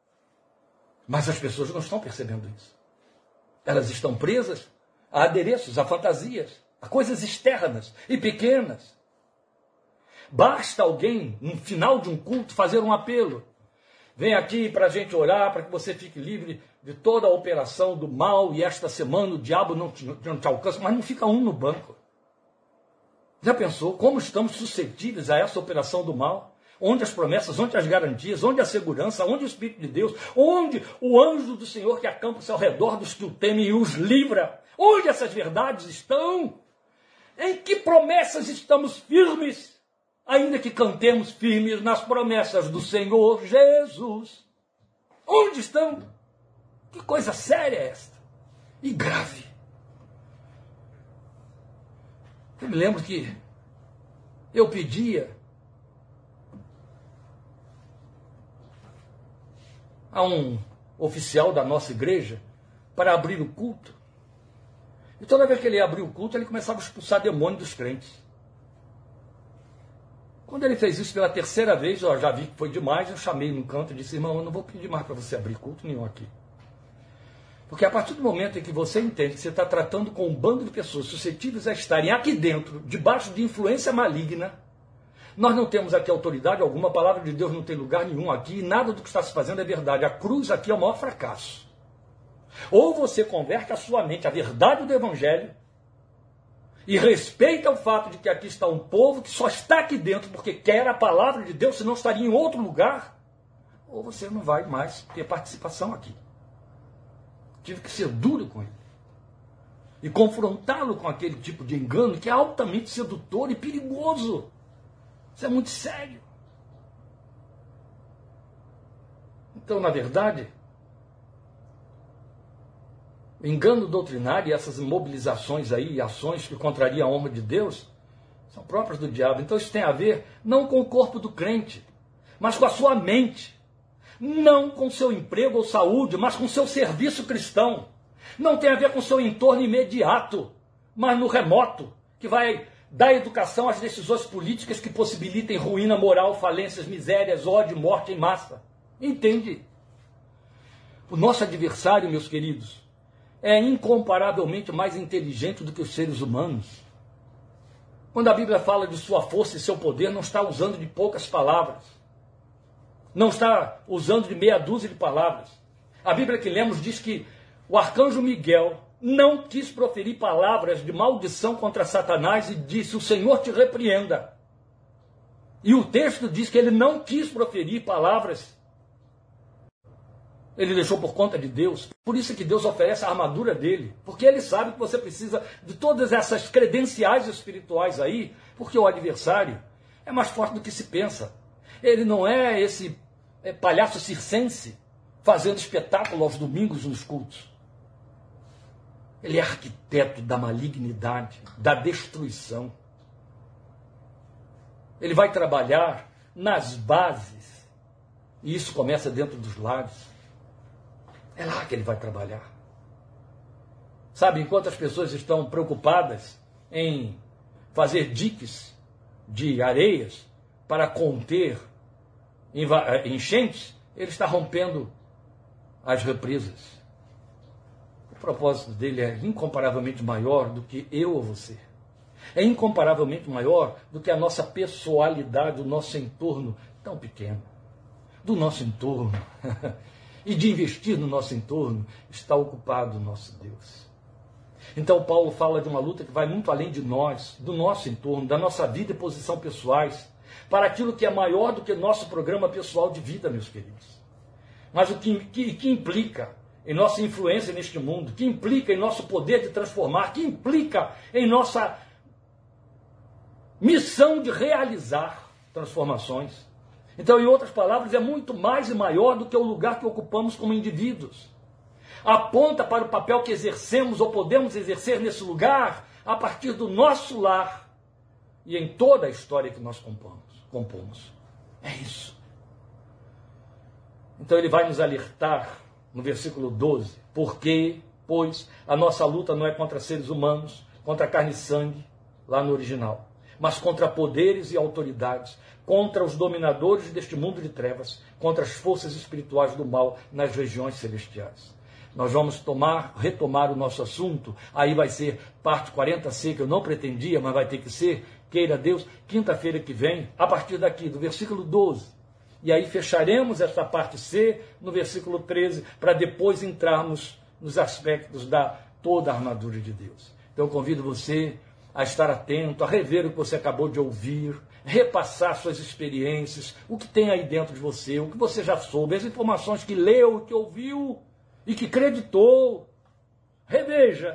Mas as pessoas não estão percebendo isso. Elas estão presas a adereços, a fantasias, a coisas externas e pequenas. Basta alguém, no final de um culto, fazer um apelo. Vem aqui para a gente orar, para que você fique livre de toda a operação do mal, e esta semana o diabo não te alcança, mas não fica um no banco. Já pensou como estamos suscetíveis a essa operação do mal? Onde as promessas, onde as garantias, onde a segurança, onde o Espírito de Deus, onde o anjo do Senhor que acampa-se ao redor dos que o temem e os livra? Onde essas verdades estão? Em que promessas estamos firmes? Ainda que cantemos firmes nas promessas do Senhor Jesus. Onde estão? Que coisa séria é esta? E grave. Eu me lembro que eu pedia a um oficial da nossa igreja para abrir o culto. E toda vez que ele abria o culto, ele começava a expulsar demônio dos crentes. Quando ele fez isso pela terceira vez, eu já vi que foi demais, eu chamei no canto e disse: irmão, eu não vou pedir mais para você abrir culto nenhum aqui. Porque a partir do momento em que você entende que você está tratando com um bando de pessoas suscetíveis a estarem aqui dentro, debaixo de influência maligna, nós não temos aqui autoridade alguma, a palavra de Deus não tem lugar nenhum aqui, e nada do que está se fazendo é verdade. A cruz aqui é o maior fracasso. Ou você converte a sua mente à verdade do Evangelho, e respeita o fato de que aqui está um povo que só está aqui dentro porque quer a palavra de Deus, senão estaria em outro lugar, ou você não vai mais ter participação aqui. Tive que ser duro com ele e confrontá-lo com aquele tipo de engano que é altamente sedutor e perigoso. Isso é muito sério. Então, na verdade, o engano doutrinário e essas mobilizações aí, ações que contrariam a honra de Deus, são próprias do diabo. Então isso tem a ver não com o corpo do crente, mas com a sua mente. Não com seu emprego ou saúde, mas com seu serviço cristão. Não tem a ver com seu entorno imediato, mas no remoto, que vai dar educação às decisões políticas que possibilitem ruína moral, falências, misérias, ódio, morte em massa. Entende? O nosso adversário, meus queridos, é incomparavelmente mais inteligente do que os seres humanos. Quando a Bíblia fala de sua força e seu poder, não está usando de poucas palavras. Não está usando de meia dúzia de palavras. A Bíblia que lemos diz que o arcanjo Miguel não quis proferir palavras de maldição contra Satanás e disse: o Senhor te repreenda. E o texto diz que ele não quis proferir palavras. Ele deixou por conta de Deus. Por isso que Deus oferece a armadura dele. Porque ele sabe que você precisa de todas essas credenciais espirituais aí. Porque o adversário é mais forte do que se pensa. Ele não é esse palhaço circense fazendo espetáculo aos domingos nos cultos. Ele é arquiteto da malignidade, da destruição. Ele vai trabalhar nas bases. E isso começa dentro dos lares. É lá que ele vai trabalhar. Sabe, enquanto as pessoas estão preocupadas em fazer diques de areias para conter enchentes, ele está rompendo as represas. O propósito dele é incomparavelmente maior do que eu ou você. É incomparavelmente maior do que a nossa pessoalidade, o nosso entorno tão pequeno. Do nosso entorno. E de investir no nosso entorno está ocupado o nosso Deus. Então Paulo fala de uma luta que vai muito além de nós, do nosso entorno, da nossa vida e posição pessoais, para aquilo que é maior do que nosso programa pessoal de vida, meus queridos. Mas o que implica em nossa influência neste mundo, que implica em nosso poder de transformar, que implica em nossa missão de realizar transformações. Então, em outras palavras, é muito mais e maior do que o lugar que ocupamos como indivíduos. Aponta para o papel que exercemos ou podemos exercer nesse lugar a partir do nosso lar e em toda a história que nós compomos. É isso. Então ele vai nos alertar no versículo 12, porque, pois, a nossa luta não é contra seres humanos, contra carne e sangue, lá no original, mas contra poderes e autoridades, contra os dominadores deste mundo de trevas, contra as forças espirituais do mal nas regiões celestiais. Nós vamos retomar o nosso assunto, aí vai ser parte 40C, que eu não pretendia, mas vai ter que ser, queira Deus, quinta-feira que vem, a partir daqui, do versículo 12. E aí fecharemos esta parte C no versículo 13, para depois entrarmos nos aspectos da toda a armadura de Deus. Então eu convido você a estar atento, a rever o que você acabou de ouvir, repassar suas experiências, o que tem aí dentro de você, o que você já soube, as informações que leu, que ouviu e que acreditou. Reveja.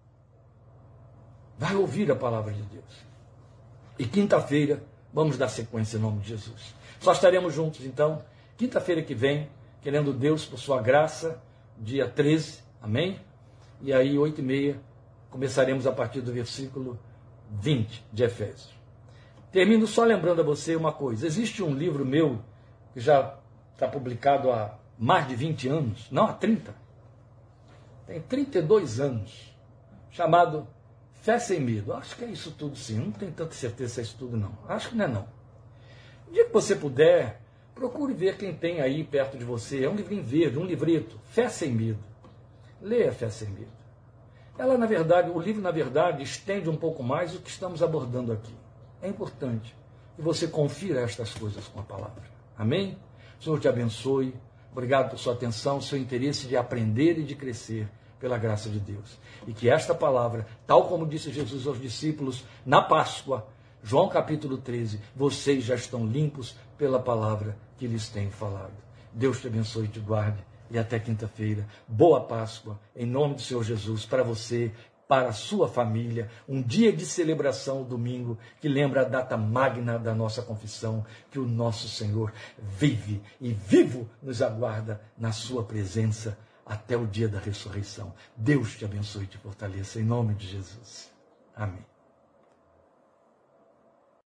Vai ouvir a palavra de Deus. E quinta-feira vamos dar sequência em nome de Jesus. Só estaremos juntos, então, quinta-feira que vem, querendo Deus, por sua graça, dia 13, amém? E aí, 8h30, começaremos a partir do versículo 20 de Efésios. Termino só lembrando a você uma coisa. Existe um livro meu, que já está publicado há mais de 20 anos, não há 30, tem 32 anos, chamado Fé Sem Medo. Acho que é isso tudo sim, não tenho tanta certeza se é isso tudo não, acho que não é não. O dia que você puder, procure ver quem tem aí perto de você, é um livrinho verde, um livreto, Fé Sem Medo. Leia Fé Sem Medo. Ela, na verdade, o livro, na verdade, estende um pouco mais o que estamos abordando aqui. É importante que você confira estas coisas com a palavra. Amém? O Senhor te abençoe. Obrigado por sua atenção, seu interesse de aprender e de crescer pela graça de Deus. E que esta palavra, tal como disse Jesus aos discípulos na Páscoa, João capítulo 13, vocês já estão limpos pela palavra que lhes tenho falado. Deus te abençoe e te guarde. E até quinta-feira. Boa Páscoa, em nome do Senhor Jesus, para você, para a sua família. Um dia de celebração, domingo, que lembra a data magna da nossa confissão, que o nosso Senhor vive e vivo nos aguarda na sua presença até o dia da ressurreição. Deus te abençoe e te fortaleça, em nome de Jesus. Amém.